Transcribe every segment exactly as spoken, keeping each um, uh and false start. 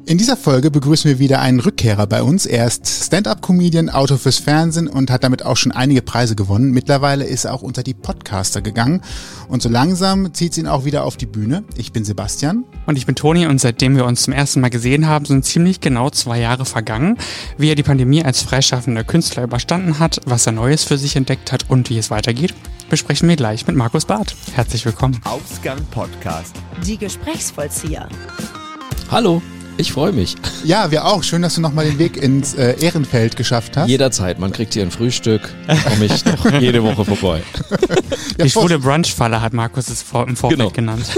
In dieser Folge begrüßen wir wieder einen Rückkehrer bei uns. Er ist Stand-up-Comedian, Autor fürs Fernsehen und hat damit auch schon einige Preise gewonnen. Mittlerweile ist er auch unter die Podcaster gegangen und so langsam zieht es ihn auch wieder auf die Bühne. Ich bin Sebastian. Und ich bin Toni und seitdem wir uns zum ersten Mal gesehen haben, sind ziemlich genau zwei Jahre vergangen. Wie er die Pandemie als freischaffender Künstler überstanden hat, was er Neues für sich entdeckt hat und wie es weitergeht, besprechen wir gleich mit Markus Barth. Herzlich willkommen. Ausgang Podcast. Die Gesprächsvollzieher. Hallo. Ich freue mich. Ja, wir auch. Schön, dass du nochmal den Weg ins äh, Ehrenfeld geschafft hast. Jederzeit. Man kriegt hier ein Frühstück. Komme ich doch jede Woche vorbei. Ja, die schwule Brunchfalle hat Markus es vor, im Vorfeld genau. genannt.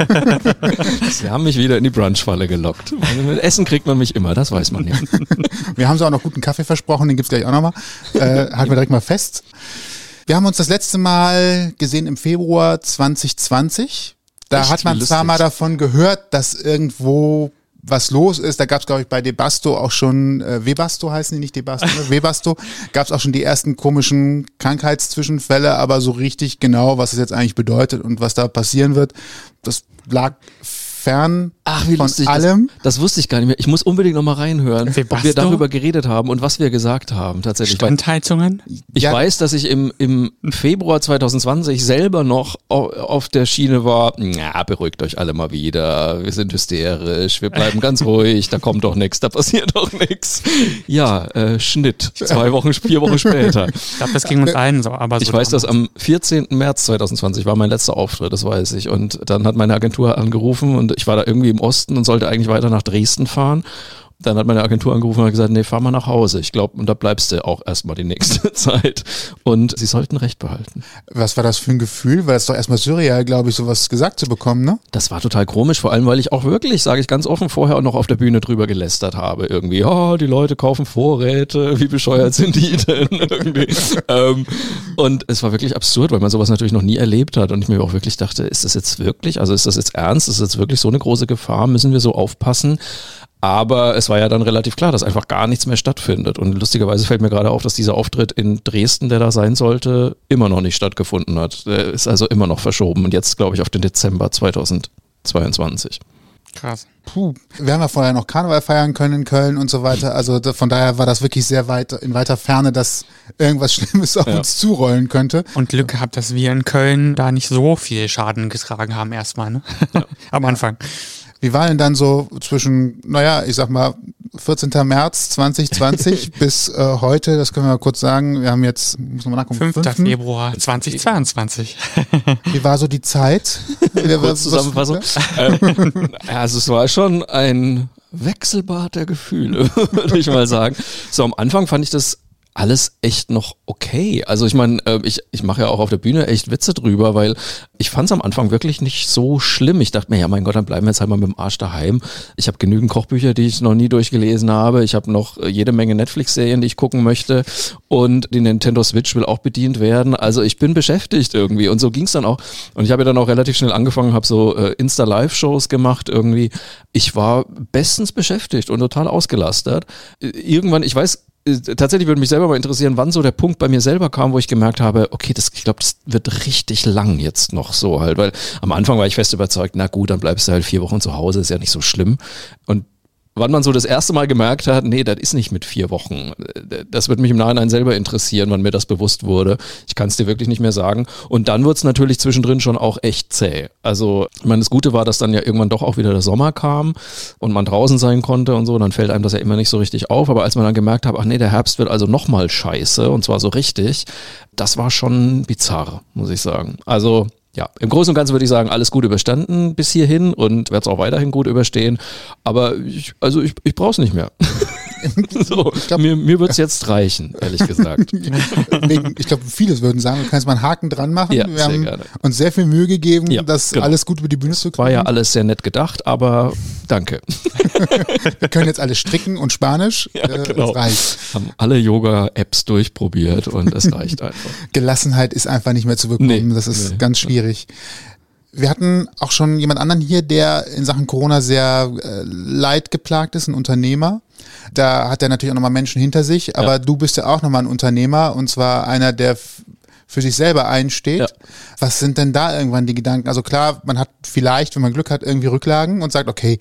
Sie haben mich wieder in die Brunchfalle gelockt. Mit Essen kriegt man mich immer, das weiß man ja. Wir haben so auch noch guten Kaffee versprochen, den gibt's gleich auch nochmal. Äh, halten wir direkt mal fest. Wir haben uns das letzte Mal gesehen im Februar zwanzig zwanzig. Da Echt, hat man zwar mal davon gehört, dass irgendwo was los ist. Da gab es, glaube ich, bei Debasto auch schon, äh, Webasto heißen die, nicht Debasto, ne? Webasto, gab es auch schon die ersten komischen Krankheitszwischenfälle, aber so richtig genau, was es jetzt eigentlich bedeutet und was da passieren wird, das lag fern Ach, wie von lustig. allem. Das, das wusste ich gar nicht mehr. Ich muss unbedingt nochmal reinhören, Webasto? ob wir darüber geredet haben und was wir gesagt haben. Tatsächlich. Standheizungen? Ich ja. weiß, dass ich im, im Februar zwanzig zwanzig selber noch auf der Schiene war, na, beruhigt euch alle mal wieder, wir sind hysterisch, wir bleiben ganz ruhig, da kommt doch nichts, da passiert doch nichts. Ja, äh, Schnitt, zwei Wochen, vier Wochen später. Ich glaube, das ging uns allen so. Aber Ich so weiß, damals. dass am vierzehnten März zwanzig zwanzig war mein letzter Auftritt, das weiß ich. Und dann hat meine Agentur angerufen und ich war da irgendwie im Osten und sollte eigentlich weiter nach Dresden fahren. Dann hat meine Agentur angerufen und hat gesagt, nee, fahr mal nach Hause. Ich glaube, und da bleibst du auch erstmal die nächste Zeit. Und sie sollten Recht behalten. Was war das für ein Gefühl? Weil es doch erstmal surreal, glaube ich, sowas gesagt zu bekommen, ne? Das war total komisch, vor allem, weil ich auch wirklich, sage ich ganz offen, vorher auch noch auf der Bühne drüber gelästert habe. Irgendwie, oh, die Leute kaufen Vorräte, wie bescheuert sind die denn? Irgendwie. ähm, und es war wirklich absurd, weil man sowas natürlich noch nie erlebt hat. Und ich mir auch wirklich dachte, ist das jetzt wirklich, also ist das jetzt ernst? Ist das jetzt wirklich so eine große Gefahr? Müssen wir so aufpassen? Aber es war ja dann relativ klar, dass einfach gar nichts mehr stattfindet. Und lustigerweise fällt mir gerade auf, dass dieser Auftritt in Dresden, der da sein sollte, immer noch nicht stattgefunden hat. Der ist also immer noch verschoben. Und jetzt, glaube ich, auf den Dezember zweitausendzweiundzwanzig. Krass. Puh. Wir haben ja vorher noch Karneval feiern können in Köln und so weiter. Also da, von daher war das wirklich sehr weit in weiter Ferne, dass irgendwas Schlimmes auf Ja. uns zurollen könnte. Und Glück gehabt, dass wir in Köln da nicht so viel Schaden getragen haben erstmal, ne? Ja. Am Anfang. Wie war denn dann so zwischen, naja, ich sag mal, vierzehnten März zwanzig zwanzig bis äh, heute, das können wir mal kurz sagen, wir haben jetzt, muss man mal nachgucken, fünften fünften Februar zweitausendzweiundzwanzig. Wie war so die Zeit? Kurz Zusammenfassung. Ähm, also es war schon ein Wechselbad der Gefühle, würde ich mal sagen. So am Anfang fand ich das alles echt noch okay. Also ich meine, ich, ich mache ja auch auf der Bühne echt Witze drüber, weil ich fand es am Anfang wirklich nicht so schlimm. Ich dachte mir, ja mein Gott, dann bleiben wir jetzt halt mal mit dem Arsch daheim. Ich habe genügend Kochbücher, die ich noch nie durchgelesen habe. Ich habe noch jede Menge Netflix-Serien, die ich gucken möchte. Und die Nintendo Switch will auch bedient werden. Also ich bin beschäftigt irgendwie. Und so ging es dann auch. Und ich habe ja dann auch relativ schnell angefangen, habe so äh, Insta-Live-Shows gemacht irgendwie. Ich war bestens beschäftigt und total ausgelastet. Irgendwann, ich weiß, tatsächlich würde mich selber mal interessieren, wann so der Punkt bei mir selber kam, wo ich gemerkt habe, okay, das, ich glaube, das wird richtig lang jetzt noch so halt, weil am Anfang war ich fest überzeugt, na gut, dann bleibst du halt vier Wochen zu Hause, ist ja nicht so schlimm. Und wann man so das erste Mal gemerkt hat, nee, das ist nicht mit vier Wochen. Das wird mich im Nachhinein selber interessieren, wann mir das bewusst wurde. Ich kann es dir wirklich nicht mehr sagen. Und dann wurde es natürlich zwischendrin schon auch echt zäh. Also, ich meine, das Gute war, dass dann ja irgendwann doch auch wieder der Sommer kam und man draußen sein konnte und so. Dann fällt einem das ja immer nicht so richtig auf. Aber als man dann gemerkt hat, ach nee, der Herbst wird also nochmal scheiße und zwar so richtig, das war schon bizarr, muss ich sagen. Also, ja, im Großen und Ganzen würde ich sagen, alles gut überstanden bis hierhin und werde es auch weiterhin gut überstehen. Aber ich, also ich, ich brauche es nicht mehr. so, ich glaub, mir mir wird es jetzt reichen, ehrlich gesagt. Ich glaube, vieles würden sagen, du kannst mal einen Haken dran machen. Ja, wir sehr haben gerne. uns sehr viel Mühe gegeben, Ja, das genau. alles gut über die Bühne zu kriegen. War ja alles sehr nett gedacht, aber danke. Wir können jetzt alle stricken und Spanisch. Ja, äh, genau. Es reicht. Haben alle Yoga-Apps durchprobiert und es reicht einfach. Gelassenheit ist einfach nicht mehr zu bekommen. Nee, das ist nee. ganz schwierig. Wir hatten auch schon jemand anderen hier, der in Sachen Corona sehr äh, leidgeplagt ist, ein Unternehmer. Da hat er natürlich auch nochmal Menschen hinter sich, aber Ja. du bist ja auch nochmal ein Unternehmer und zwar einer, der f- für sich selber einsteht. Ja. Was sind denn da irgendwann die Gedanken? Also klar, man hat vielleicht, wenn man Glück hat, irgendwie Rücklagen und sagt, okay,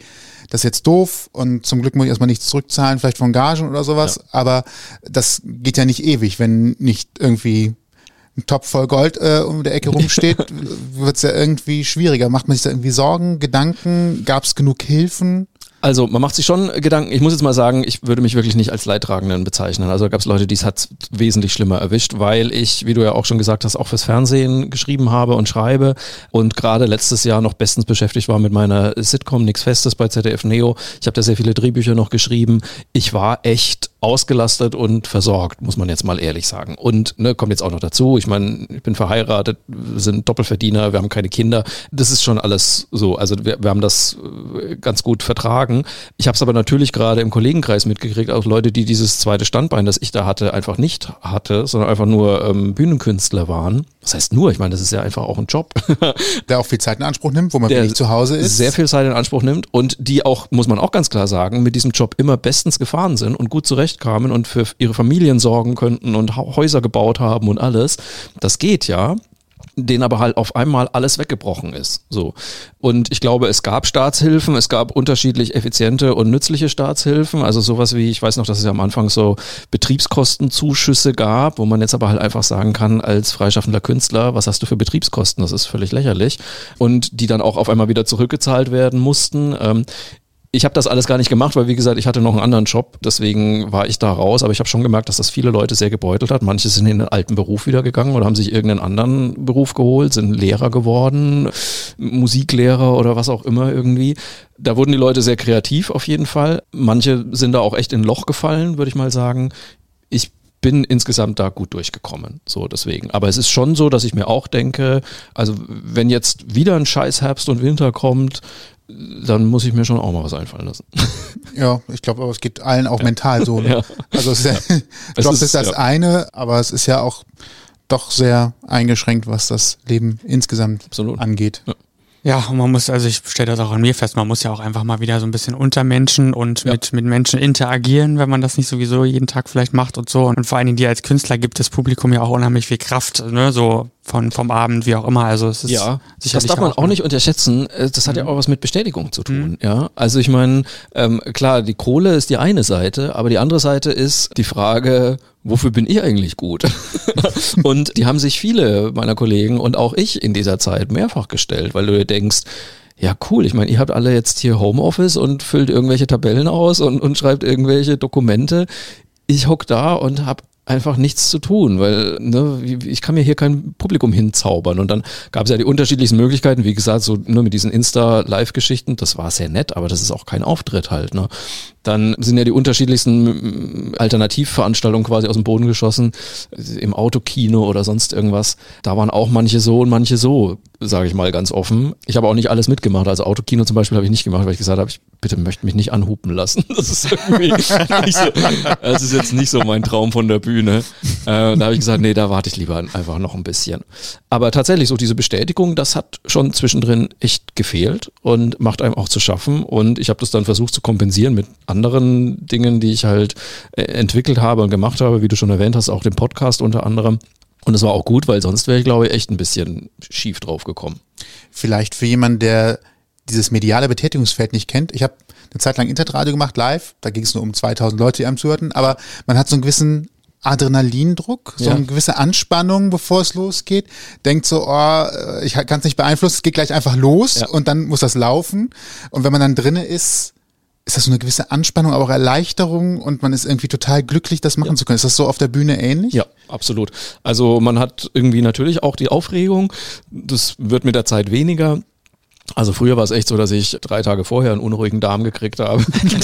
das ist jetzt doof und zum Glück muss ich erstmal nichts zurückzahlen, vielleicht von Gagen oder sowas, ja. aber das geht ja nicht ewig, wenn nicht irgendwie ein Topf voll Gold äh, um der Ecke rumsteht, wird es ja irgendwie schwieriger. Macht man sich da irgendwie Sorgen, Gedanken? Gab es genug Hilfen? Also man macht sich schon Gedanken, ich muss jetzt mal sagen, ich würde mich wirklich nicht als Leidtragenden bezeichnen. Also da gab es Leute, die es hat wesentlich schlimmer erwischt, weil ich, wie du ja auch schon gesagt hast, auch fürs Fernsehen geschrieben habe und schreibe und gerade letztes Jahr noch bestens beschäftigt war mit meiner Sitcom Nix Festes bei Z D F Neo. Ich habe da sehr viele Drehbücher noch geschrieben. Ich war echt ausgelastet und versorgt, muss man jetzt mal ehrlich sagen. Und ne, kommt jetzt auch noch dazu, ich meine, ich bin verheiratet, sind Doppelverdiener, wir haben keine Kinder. Das ist schon alles so, also wir, wir haben das ganz gut vertragen. Ich habe es aber natürlich gerade im Kollegenkreis mitgekriegt, auch Leute, die dieses zweite Standbein, das ich da hatte, einfach nicht hatte, sondern einfach nur ähm, Bühnenkünstler waren. Das heißt nur, ich meine, das ist ja einfach auch ein Job. Der auch viel Zeit in Anspruch nimmt, wo man wenig zu Hause ist. Sehr viel Zeit in Anspruch nimmt und die auch, muss man auch ganz klar sagen, mit diesem Job immer bestens gefahren sind und gut zurechtkamen und für ihre Familien sorgen könnten und Häuser gebaut haben und alles. Das geht ja. Denen aber halt auf einmal alles weggebrochen ist. So. Und ich glaube, es gab Staatshilfen, es gab unterschiedlich effiziente und nützliche Staatshilfen, also sowas wie, ich weiß noch, dass es ja am Anfang so Betriebskostenzuschüsse gab, wo man jetzt aber halt einfach sagen kann, als freischaffender Künstler, was hast du für Betriebskosten? Das ist völlig lächerlich. Und die dann auch auf einmal wieder zurückgezahlt werden mussten. Ähm, Ich habe das alles gar nicht gemacht, weil wie gesagt, ich hatte noch einen anderen Job, deswegen war ich da raus, aber ich habe schon gemerkt, dass das viele Leute sehr gebeutelt hat. Manche sind in den alten Beruf wieder gegangen oder haben sich irgendeinen anderen Beruf geholt, sind Lehrer geworden, Musiklehrer oder was auch immer irgendwie. Da wurden die Leute sehr kreativ auf jeden Fall. Manche sind da auch echt in ein Loch gefallen, würde ich mal sagen. Ich bin insgesamt da gut durchgekommen, so deswegen. Aber es ist schon so, dass ich mir auch denke, also wenn jetzt wieder ein scheiß Herbst und Winter kommt, dann muss ich mir schon auch mal was einfallen lassen. Ja, ich glaube, aber es geht allen auch ja. mental so. Ne? Ja. Also es ist ja, Job ist, ist das ja. eine, aber es ist ja auch doch sehr eingeschränkt, was das Leben insgesamt Absolut. angeht. Ja. Ja, und man muss, also ich stelle das auch an mir fest, man muss ja auch einfach mal wieder so ein bisschen unter Menschen und ja. mit, mit Menschen interagieren, wenn man das nicht sowieso jeden Tag vielleicht macht und so. Und vor allen Dingen dir als Künstler gibt das Publikum ja auch unheimlich viel Kraft, ne, so von, vom Abend, wie auch immer. Also es ist ja, sicherlich. Das darf man auch, auch nicht unterschätzen. Das hat mhm. ja auch was mit Bestätigung zu tun, mhm. ja. Also ich meine, ähm, klar, die Kohle ist die eine Seite, aber die andere Seite ist die Frage, wofür bin ich eigentlich gut? Und die haben sich viele meiner Kollegen und auch ich in dieser Zeit mehrfach gestellt, weil du dir denkst, ja cool, ich meine, ihr habt alle jetzt hier Homeoffice und füllt irgendwelche Tabellen aus und, und schreibt irgendwelche Dokumente. Ich hock da und hab einfach nichts zu tun, weil ne, ich kann mir hier kein Publikum hinzaubern. Und dann gab es ja die unterschiedlichsten Möglichkeiten, wie gesagt, so nur mit diesen Insta-Live-Geschichten, das war sehr nett, aber das ist auch kein Auftritt halt. Ne? Dann sind ja die unterschiedlichsten Alternativveranstaltungen quasi aus dem Boden geschossen, im Autokino oder sonst irgendwas. Da waren auch manche so und manche so, sage ich mal ganz offen. Ich habe auch nicht alles mitgemacht. Also Autokino zum Beispiel habe ich nicht gemacht, weil ich gesagt habe, ich bitte möchte mich nicht anhupen lassen. Das ist irgendwie nicht so, das ist jetzt nicht so mein Traum von der Bühne. Äh, da habe ich gesagt, nee, da warte ich lieber einfach noch ein bisschen. Aber tatsächlich so diese Bestätigung, das hat schon zwischendrin echt gefehlt und macht einem auch zu schaffen. Und ich habe das dann versucht zu kompensieren mit anderen Dingen, die ich halt äh, entwickelt habe und gemacht habe, wie du schon erwähnt hast, auch den Podcast unter anderem. Und das war auch gut, weil sonst wäre ich, glaube ich, echt ein bisschen schief drauf gekommen. Vielleicht für jemanden, der dieses mediale Betätigungsfeld nicht kennt. Ich habe eine Zeit lang Internetradio gemacht, live. Da ging es nur um zweitausend Leute, die einem zuhörten. Aber man hat so einen gewissen Adrenalindruck, so ja. eine gewisse Anspannung, bevor es losgeht. Denkt so, oh, ich kann es nicht beeinflussen, es geht gleich einfach los ja. und dann muss das laufen. Und wenn man dann drinne ist, ist das so eine gewisse Anspannung, aber auch Erleichterung und man ist irgendwie total glücklich, das machen ja. zu können. Ist das so auf der Bühne ähnlich? Ja, absolut. Also man hat irgendwie natürlich auch die Aufregung. Das wird mit der Zeit weniger. Also früher war es echt so, dass ich drei Tage vorher einen unruhigen Darm gekriegt habe.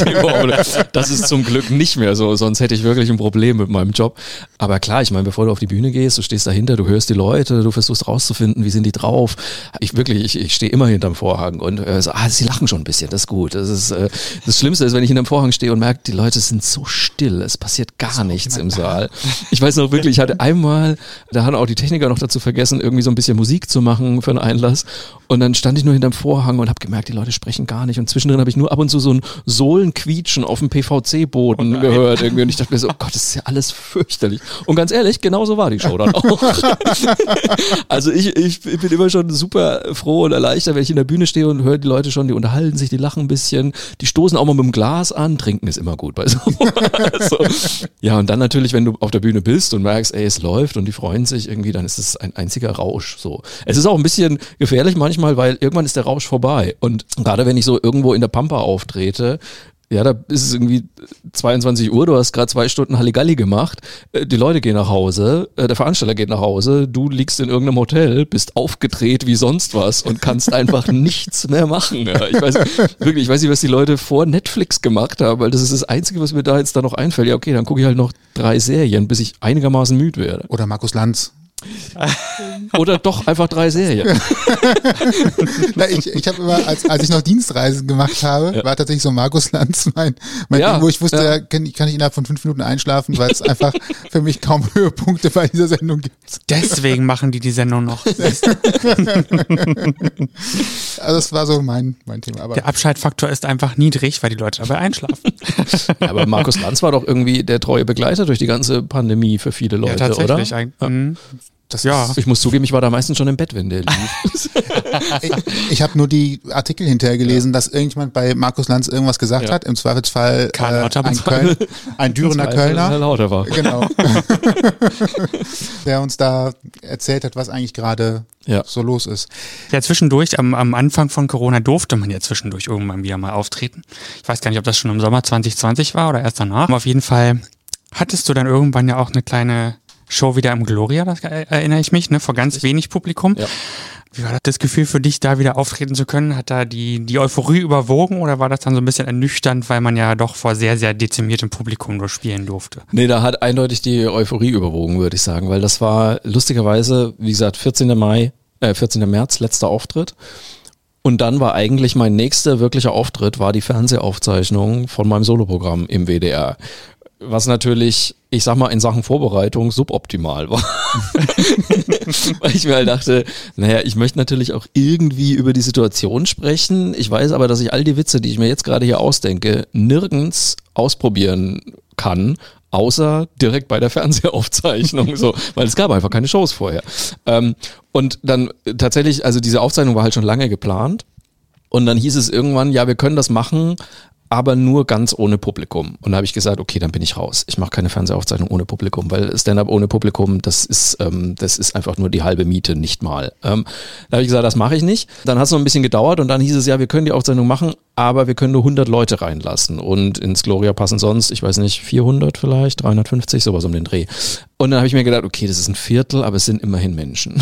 Das ist zum Glück nicht mehr so, sonst hätte ich wirklich ein Problem mit meinem Job. Aber klar, ich meine, bevor du auf die Bühne gehst, du stehst dahinter, du hörst die Leute, du versuchst rauszufinden, wie sind die drauf. Ich wirklich, ich, ich stehe immer hinterm Vorhang und äh, so, ah, sie lachen schon ein bisschen, das ist gut. Das ist äh, das Schlimmste ist, wenn ich hinterm Vorhang stehe und merke, die Leute sind so still, es passiert gar nichts im Saal. Ich weiß noch wirklich, ich hatte einmal, da haben auch die Techniker noch dazu vergessen, irgendwie so ein bisschen Musik zu machen für einen Einlass und dann stand ich nur hinterm hinterm Vorhang und habe gemerkt, die Leute sprechen gar nicht. Und zwischendrin habe ich nur ab und zu so ein Sohlenquietschen auf dem P V C-Boden oh gehört irgendwie. Und ich dachte mir so, oh Gott, das ist ja alles fürchterlich. Und ganz ehrlich, genauso war die Show dann auch. Also ich, ich bin immer schon super froh und erleichtert, wenn ich in der Bühne stehe und höre die Leute schon, die unterhalten sich, die lachen ein bisschen, die stoßen auch mal mit dem Glas an, trinken ist immer gut bei so. Also, ja, und dann natürlich, wenn du auf der Bühne bist und merkst, ey, es läuft und die freuen sich irgendwie, dann ist es ein einziger Rausch. So. Es ist auch ein bisschen gefährlich manchmal, weil irgendwann ist der Rausch vorbei. Und gerade wenn ich so irgendwo in der Pampa auftrete, ja, da ist es irgendwie zweiundzwanzig Uhr, du hast gerade zwei Stunden Halligalli gemacht, die Leute gehen nach Hause, der Veranstalter geht nach Hause, du liegst in irgendeinem Hotel, bist aufgedreht wie sonst was und kannst einfach nichts mehr machen. Ja, ich weiß wirklich, ich weiß nicht, was die Leute vor Netflix gemacht haben, weil das ist das Einzige, was mir da jetzt da noch einfällt. Ja, okay, dann gucke ich halt noch drei Serien, bis ich einigermaßen müde werde. Oder Markus Lanz. Oder doch einfach drei Serien. Na, ich ich habe immer, als, als ich noch Dienstreisen gemacht habe, ja. war tatsächlich so Markus Lanz mein, mein ja, Ding, wo ich wusste, ja. ja, kann, kann ich innerhalb von fünf Minuten einschlafen, weil es einfach für mich kaum Höhepunkte bei dieser Sendung gibt. Deswegen machen die die Sendung noch. Also das war so mein, mein Thema. Aber der Abschaltfaktor ist einfach niedrig, weil die Leute dabei einschlafen. Ja, aber Markus Lanz war doch irgendwie der treue Begleiter durch die ganze Pandemie für viele Leute, ja, tatsächlich. oder? Ja. Das ja. Ich muss zugeben, ich war da meistens schon im Bett, wenn der lief. ich ich habe nur die Artikel hinterher gelesen, ja. dass irgendjemand bei Markus Lanz irgendwas gesagt ja. hat, im Zweifelsfall äh, ein, Köln, ein Dürener Kölner, lauter war. Genau. der uns da erzählt hat, was eigentlich gerade ja. so los ist. Ja, zwischendurch, am, am Anfang von Corona durfte man ja zwischendurch irgendwann wieder mal auftreten. Ich weiß gar nicht, ob das schon im Sommer zwanzig zwanzig war oder erst danach. Aber auf jeden Fall hattest du dann irgendwann ja auch eine kleine Show wieder im Gloria, das erinnere ich mich, ne, vor ganz wenig Publikum. Ja. Wie war das Gefühl für dich, da wieder auftreten zu können? Hat da die, die Euphorie überwogen oder war das dann so ein bisschen ernüchternd, weil man ja doch vor sehr, sehr dezimiertem Publikum nur spielen durfte? Nee, da hat eindeutig die Euphorie überwogen, würde ich sagen, weil das war lustigerweise, wie gesagt, vierzehnten Mai, äh, vierzehnten März, letzter Auftritt. Und dann war eigentlich mein nächster wirklicher Auftritt, war die Fernsehaufzeichnung von meinem Soloprogramm im W D R. Was natürlich, ich sag mal, in Sachen Vorbereitung suboptimal war. Weil ich mir halt dachte, naja, ich möchte natürlich auch irgendwie über die Situation sprechen. Ich weiß aber, dass ich all die Witze, die ich mir jetzt gerade hier ausdenke, nirgends ausprobieren kann, außer direkt bei der Fernsehaufzeichnung, so, weil es gab einfach keine Shows vorher. Ähm, und dann tatsächlich, also diese Aufzeichnung war halt schon lange geplant. Und dann hieß es irgendwann, ja, wir können das machen, aber nur ganz ohne Publikum. Und da habe ich gesagt, okay, dann bin ich raus. Ich mache keine Fernsehaufzeichnung ohne Publikum, weil Stand-up ohne Publikum, das ist ähm, das ist einfach nur die halbe Miete, nicht mal. Ähm, da habe ich gesagt, das mache ich nicht. Dann hat es noch ein bisschen gedauert und dann hieß es, ja, wir können die Aufzeichnung machen, aber wir können nur hundert Leute reinlassen. Und ins Gloria passen sonst, ich weiß nicht, vierhundert vielleicht, dreihundertfünfzig, sowas um den Dreh. Und dann habe ich mir gedacht, okay, das ist ein Viertel, aber es sind immerhin Menschen.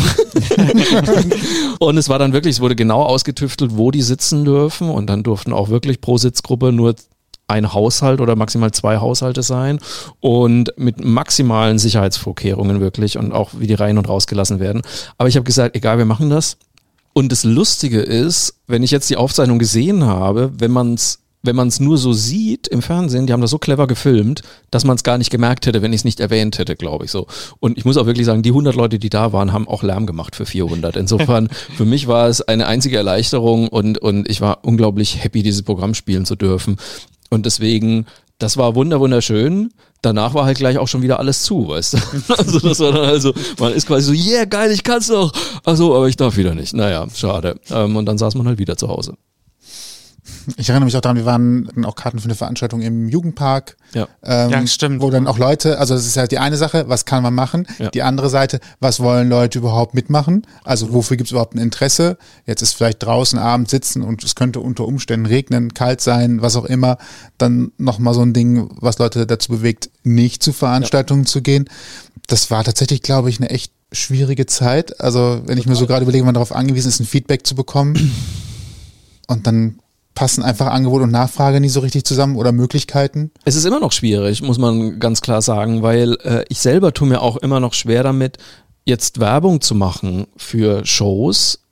Und es war dann wirklich, es wurde genau ausgetüftelt, wo die sitzen dürfen. Und dann durften auch wirklich pro Sitzgruppe nur ein Haushalt oder maximal zwei Haushalte sein. Und mit maximalen Sicherheitsvorkehrungen wirklich und auch wie die rein und rausgelassen werden. Aber ich habe gesagt, egal, wir machen das. Und das Lustige ist, wenn ich jetzt die Aufzeichnung gesehen habe, wenn man es wenn man es nur so sieht im Fernsehen, die haben das so clever gefilmt, dass man es gar nicht gemerkt hätte, wenn ich es nicht erwähnt hätte, glaube ich so. Und ich muss auch wirklich sagen, die hundert Leute, die da waren, haben auch Lärm gemacht für vierhundert. Insofern, für mich war es eine einzige Erleichterung und, und ich war unglaublich happy, dieses Programm spielen zu dürfen. Und deswegen, das war wunder wunderschön. Danach war halt gleich auch schon wieder alles zu, weißt du. Also das war dann also, man ist quasi so, yeah, geil, ich kann's noch. Ach so, aber ich darf wieder nicht. Naja, schade. Und dann saß man halt wieder zu Hause. Ich erinnere mich auch daran, wir waren auch Karten für eine Veranstaltung im Jugendpark. Ja, ähm, ja stimmt. Wo dann auch Leute, also das ist halt die eine Sache, was kann man machen? Ja. Die andere Seite, was wollen Leute überhaupt mitmachen? Also wofür gibt es überhaupt ein Interesse? Jetzt ist vielleicht draußen abends sitzen und es könnte unter Umständen regnen, kalt sein, was auch immer. Dann nochmal so ein Ding, was Leute dazu bewegt, nicht zu Veranstaltungen ja. zu gehen. Das war tatsächlich, glaube ich, eine echt schwierige Zeit. Also wenn ich mir so gerade überlege, man darauf angewiesen ist, ein Feedback zu bekommen und dann passen einfach Angebot und Nachfrage nie so richtig zusammen oder Möglichkeiten? Es ist immer noch schwierig, muss man ganz klar sagen, weil äh, ich selber tue mir auch immer noch schwer damit, jetzt Werbung zu machen für Shows,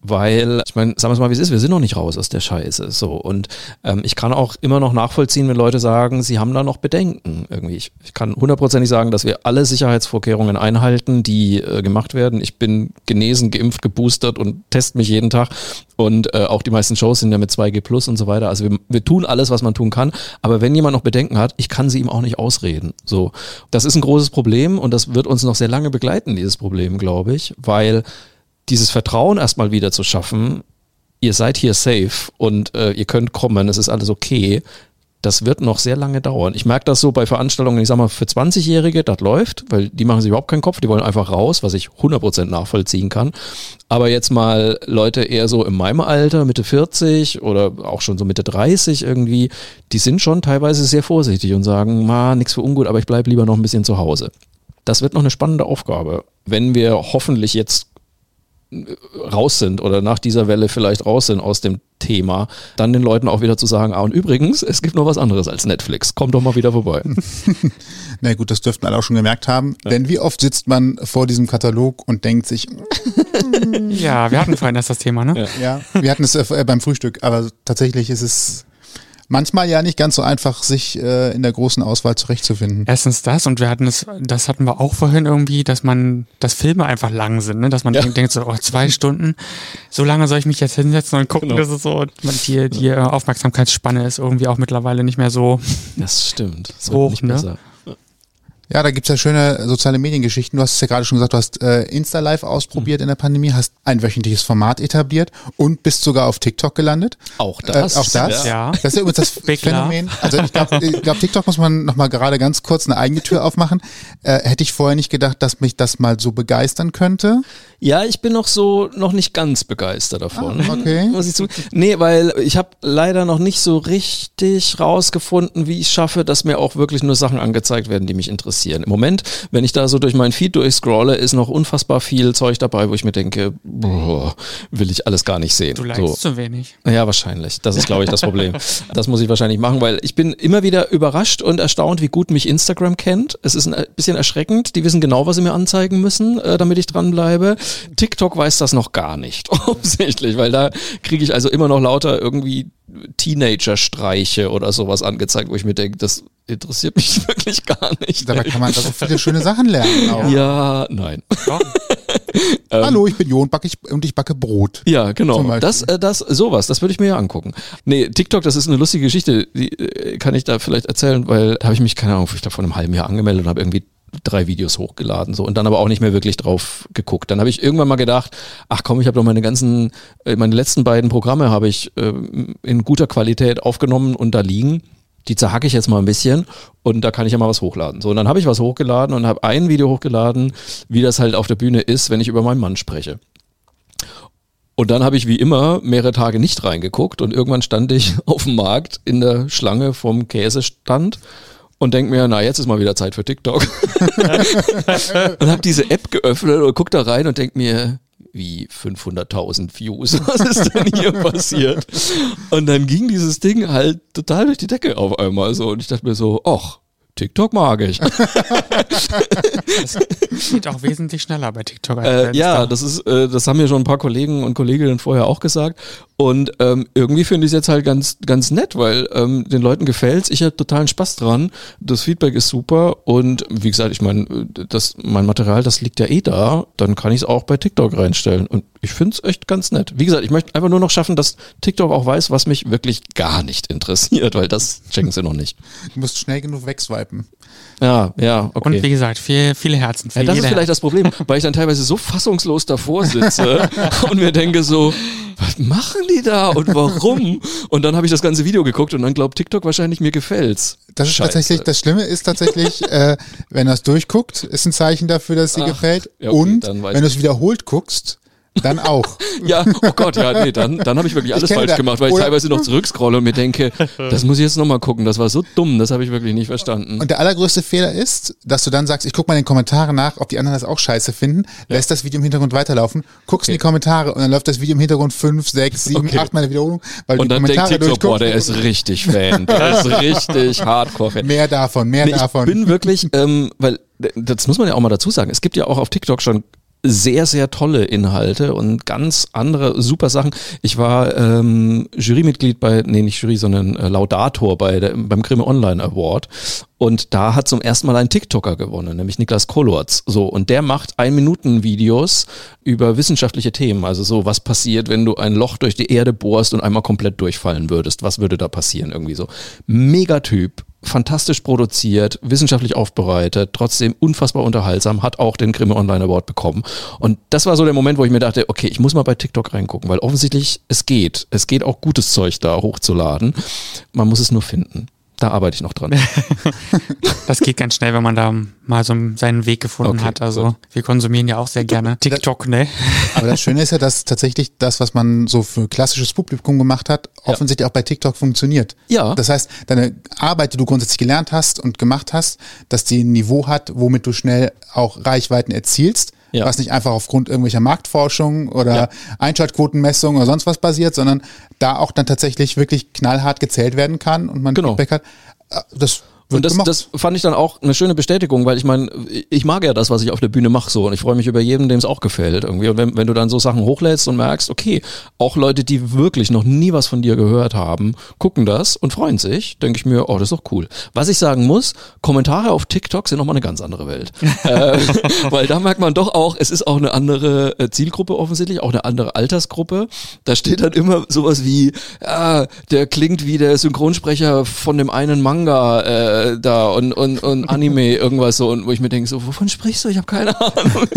weil, ich meine, sagen wir es mal, wie es ist, wir sind noch nicht raus aus der Scheiße. So. Und ähm, ich kann auch immer noch nachvollziehen, wenn Leute sagen, sie haben da noch Bedenken. Irgendwie. Ich, ich kann hundertprozentig sagen, dass wir alle Sicherheitsvorkehrungen einhalten, die äh, gemacht werden. Ich bin genesen, geimpft, geboostert und teste mich jeden Tag. Und äh, auch die meisten Shows sind ja mit zwei G plus und so weiter. Also wir, wir tun alles, was man tun kann. Aber wenn jemand noch Bedenken hat, ich kann sie ihm auch nicht ausreden. So, das ist ein großes Problem und das wird uns noch sehr lange begleiten, dieses Problem, glaube ich, weil dieses Vertrauen erstmal wieder zu schaffen, ihr seid hier safe und äh, ihr könnt kommen, es ist alles okay, das wird noch sehr lange dauern. Ich merke das so bei Veranstaltungen, ich sag mal, für zwanzigjährige, das läuft, weil die machen sich überhaupt keinen Kopf, die wollen einfach raus, was ich hundert Prozent nachvollziehen kann. Aber jetzt mal Leute eher so in meinem Alter, Mitte vierzig oder auch schon so Mitte dreißig irgendwie, die sind schon teilweise sehr vorsichtig und sagen, ma, nix für ungut, aber ich bleibe lieber noch ein bisschen zu Hause. Das wird noch eine spannende Aufgabe, wenn wir hoffentlich jetzt raus sind oder nach dieser Welle vielleicht raus sind aus dem Thema, dann den Leuten auch wieder zu sagen, ah und übrigens, es gibt noch was anderes als Netflix, kommt doch mal wieder vorbei. Na gut, das dürften alle auch schon gemerkt haben, ja. Denn wie oft sitzt man vor diesem Katalog und denkt sich, ja, wir hatten vorhin erst das Thema, ne? Ja, ja, wir hatten es äh, beim Frühstück, aber tatsächlich ist es manchmal ja nicht ganz so einfach, sich äh, in der großen Auswahl zurechtzufinden. Erstens das und wir hatten es, das hatten wir auch vorhin irgendwie, dass man, dass Filme einfach lang sind, ne? Dass man ja. denkt so, oh, zwei Stunden, so lange soll ich mich jetzt hinsetzen und gucken, genau. dass es so, die, die Aufmerksamkeitsspanne ist irgendwie auch mittlerweile nicht mehr so. Das stimmt. Das hoch, nicht ne? besser. Ja, da gibt's ja schöne soziale Mediengeschichten. Du hast es ja gerade schon gesagt, du hast äh, Insta-Live ausprobiert mhm. in der Pandemie, hast ein wöchentliches Format etabliert und bist sogar auf TikTok gelandet. Auch das. Äh, auch das. Ja. Das ist ja übrigens das Phänomen. Also ich glaube, ich glaub, TikTok muss man nochmal gerade ganz kurz eine eigene Tür aufmachen. Äh, hätte ich vorher nicht gedacht, dass mich das mal so begeistern könnte. Ja, ich bin noch so, noch nicht ganz begeistert davon. Ah, okay. Muss ich zu, nee, weil ich habe leider noch nicht so richtig rausgefunden, wie ich es schaffe, dass mir auch wirklich nur Sachen angezeigt werden, die mich interessieren. Im Moment, wenn ich da so durch meinen Feed durchscrolle, ist noch unfassbar viel Zeug dabei, wo ich mir denke, boah, will ich alles gar nicht sehen. Du likest so. Zu wenig. Ja, wahrscheinlich. Das ist, glaube ich, das Problem. Das muss ich wahrscheinlich machen, weil ich bin immer wieder überrascht und erstaunt, wie gut mich Instagram kennt. Es ist ein bisschen erschreckend. Die wissen genau, was sie mir anzeigen müssen, äh, damit ich dranbleibe. TikTok weiß das noch gar nicht, offensichtlich, weil da kriege ich also immer noch lauter irgendwie Teenager-Streiche oder sowas angezeigt, wo ich mir denke, das interessiert mich wirklich gar nicht. Dabei kann man da so viele schöne Sachen lernen. Auch. Ja, nein. Ja. ähm, Hallo, ich bin Jo und, back ich, und ich backe Brot. Ja, genau. Das, äh, das, sowas, das würde ich mir ja angucken. Nee, TikTok, das ist eine lustige Geschichte, die äh, kann ich da vielleicht erzählen, weil da habe ich mich, keine Ahnung, ich glaube vor einem halben Jahr angemeldet und habe irgendwie drei Videos hochgeladen so und dann aber auch nicht mehr wirklich drauf geguckt. Dann habe ich irgendwann mal gedacht, ach komm, ich habe doch meine ganzen, meine letzten beiden Programme habe ich äh, in guter Qualität aufgenommen und da liegen. Die zerhacke ich jetzt mal ein bisschen und da kann ich ja mal was hochladen. So, und dann habe ich was hochgeladen und habe ein Video hochgeladen, wie das halt auf der Bühne ist, wenn ich über meinen Mann spreche. Und dann habe ich wie immer mehrere Tage nicht reingeguckt und irgendwann stand ich auf dem Markt in der Schlange vom Käsestand und denk mir, na, jetzt ist mal wieder Zeit für TikTok. Und habe diese App geöffnet und guck da rein und denk mir, wie fünfhunderttausend Views, was ist denn hier passiert? Und dann ging dieses Ding halt total durch die Decke auf einmal so und ich dachte mir so, ach, TikTok mag ich. Das geht auch wesentlich schneller bei TikTok. Als äh, ja, das ist, äh, das haben mir schon ein paar Kollegen und Kolleginnen vorher auch gesagt. Und ähm, irgendwie finde ich es jetzt halt ganz, ganz nett, weil ähm, den Leuten gefällt's. Ich habe totalen Spaß dran. Das Feedback ist super. Und wie gesagt, ich meine, das, mein Material, das liegt ja eh da. Dann kann ich es auch bei TikTok reinstellen. Und ich finde es echt ganz nett. Wie gesagt, ich möchte einfach nur noch schaffen, dass TikTok auch weiß, was mich wirklich gar nicht interessiert, weil das checken sie noch nicht. Du musst schnell genug wegswipen. Ja, ja, okay. Und wie gesagt, viel, viele Herzen. Viel ja, das ist vielleicht Herzen. das Problem, weil ich dann teilweise so fassungslos davor sitze und mir denke so, was machen die da und warum? Und dann habe ich das ganze Video geguckt und dann glaubt TikTok wahrscheinlich, mir gefällt's. Das ist Scheiße. tatsächlich, das Schlimme ist tatsächlich, äh, wenn er es durchguckt, ist ein Zeichen dafür, dass es dir Ach, gefällt. ja, okay, und wenn du es wiederholt guckst, dann auch. Ja, oh Gott, ja, nee, dann, dann habe ich wirklich alles ich falsch da, gemacht, weil ich teilweise noch zurückscrolle und mir denke, das muss ich jetzt nochmal gucken, das war so dumm, das habe ich wirklich nicht verstanden. Und der allergrößte Fehler ist, dass du dann sagst, ich gucke mal in den Kommentaren nach, ob die anderen das auch scheiße finden, ja. lässt das Video im Hintergrund weiterlaufen, guckst okay. in die Kommentare und dann läuft das Video im Hintergrund fünf, sechs, sieben, acht Mal eine Wiederholung, weil und die dann Kommentare denkt TikTok, boah, der ist richtig Fan, der ist richtig Hardcore-Fan. Mehr davon, mehr nee, davon. Ich bin wirklich, ähm, weil das muss man ja auch mal dazu sagen, es gibt ja auch auf TikTok schon sehr, sehr tolle Inhalte und ganz andere super Sachen. Ich war ähm, Jurymitglied bei, nee nicht Jury, sondern äh, Laudator bei der, beim Grimme Online Award und da hat zum ersten Mal ein TikToker gewonnen, nämlich Niklas Kolorz. So, und der macht Ein-Minuten-Videos über wissenschaftliche Themen, also so, was passiert, wenn du ein Loch durch die Erde bohrst und einmal komplett durchfallen würdest, was würde da passieren, irgendwie so. Megatyp. Fantastisch produziert, wissenschaftlich aufbereitet, trotzdem unfassbar unterhaltsam, hat auch den Grimme Online Award bekommen. Und das war so der Moment, wo ich mir dachte, okay, ich muss mal bei TikTok reingucken, weil offensichtlich es geht. Es geht auch gutes Zeug da hochzuladen. Man muss es nur finden. Da arbeite ich noch dran. Das geht ganz schnell, wenn man da mal so seinen Weg gefunden Okay, hat. Also gut. wir konsumieren ja auch sehr gerne TikTok, ne? Aber das Schöne ist ja, dass tatsächlich das, was man so für klassisches Publikum gemacht hat, Ja. offensichtlich auch bei TikTok funktioniert. Ja. Das heißt, deine Arbeit, die du grundsätzlich gelernt hast und gemacht hast, dass die ein Niveau hat, womit du schnell auch Reichweiten erzielst, Ja. was nicht einfach aufgrund irgendwelcher Marktforschung oder Ja. Einschaltquotenmessung oder sonst was basiert, sondern da auch dann tatsächlich wirklich knallhart gezählt werden kann und man Genau. Feedback hat. Das wird Und das, gemacht. das fand ich dann auch eine schöne Bestätigung, weil ich meine, ich mag ja das, was ich auf der Bühne mache so und ich freue mich über jeden, dem es auch gefällt irgendwie. Und wenn, wenn du dann so Sachen hochlädst und merkst, okay, auch Leute, die wirklich noch nie was von dir gehört haben, gucken das und freuen sich, denke ich mir, oh, das ist doch cool. Was ich sagen muss, Kommentare auf TikTok sind nochmal eine ganz andere Welt. äh, weil da merkt man doch auch, es ist auch eine andere äh, Zielgruppe offensichtlich, auch eine andere Altersgruppe. Da steht dann immer sowas wie, ja, der klingt wie der Synchronsprecher von dem einen Manga, äh, da und, und, und Anime, irgendwas so, und wo ich mir denke, so, wovon sprichst du? Ich habe keine Ahnung.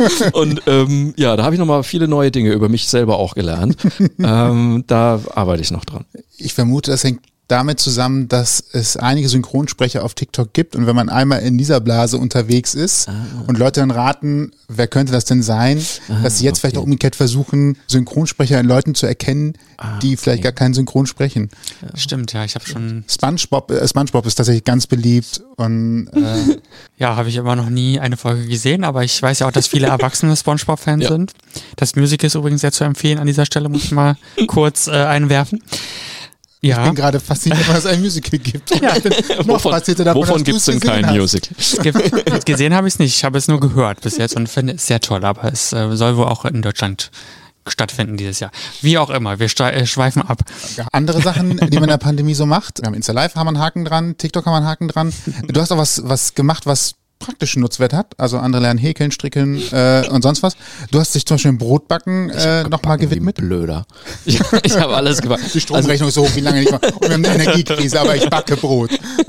Und ähm, ja, da habe ich nochmal viele neue Dinge über mich selber auch gelernt. ähm, da arbeite ich noch dran. Ich vermute, das hängt damit zusammen, dass es einige Synchronsprecher auf TikTok gibt und wenn man einmal in dieser Blase unterwegs ist ah. und Leute dann raten, wer könnte das denn sein, ah, dass sie jetzt okay. vielleicht auch umgekehrt versuchen, Synchronsprecher in Leuten zu erkennen, ah, die vielleicht okay. gar keinen Synchron sprechen. Ja. Stimmt, ja, ich habe schon... SpongeBob, äh, SpongeBob ist tatsächlich ganz beliebt und äh ja, habe ich aber noch nie eine Folge gesehen, aber ich weiß ja auch, dass viele erwachsene SpongeBob-Fans ja. sind. Das Musical ist übrigens sehr zu empfehlen an dieser Stelle, muss ich mal kurz äh, einwerfen. Ja. Ich bin gerade fasziniert, dass es ein Musical gibt. Ja, ich bin noch wovon davon, wovon gibt es denn kein hast. Musical? Es gibt, gesehen habe ich es nicht, ich habe es nur gehört bis jetzt und finde es sehr toll, aber es äh, soll wohl auch in Deutschland stattfinden dieses Jahr. Wie auch immer, wir äh, schweifen ab. Andere Sachen, die man in der Pandemie so macht, wir haben Insta-Live, haben wir einen Haken dran, TikTok haben wir einen Haken dran. Du hast auch was, was gemacht, was praktischen Nutzwert hat, also andere lernen häkeln, stricken äh, und sonst was. Du hast dich zum Beispiel im Brotbacken äh, nochmal gewidmet. Blöder. Ich, ich habe alles gebacken. Die Stromrechnung ist so hoch wie lange nicht mal. Und wir haben eine Energiekrise, aber ich backe Brot.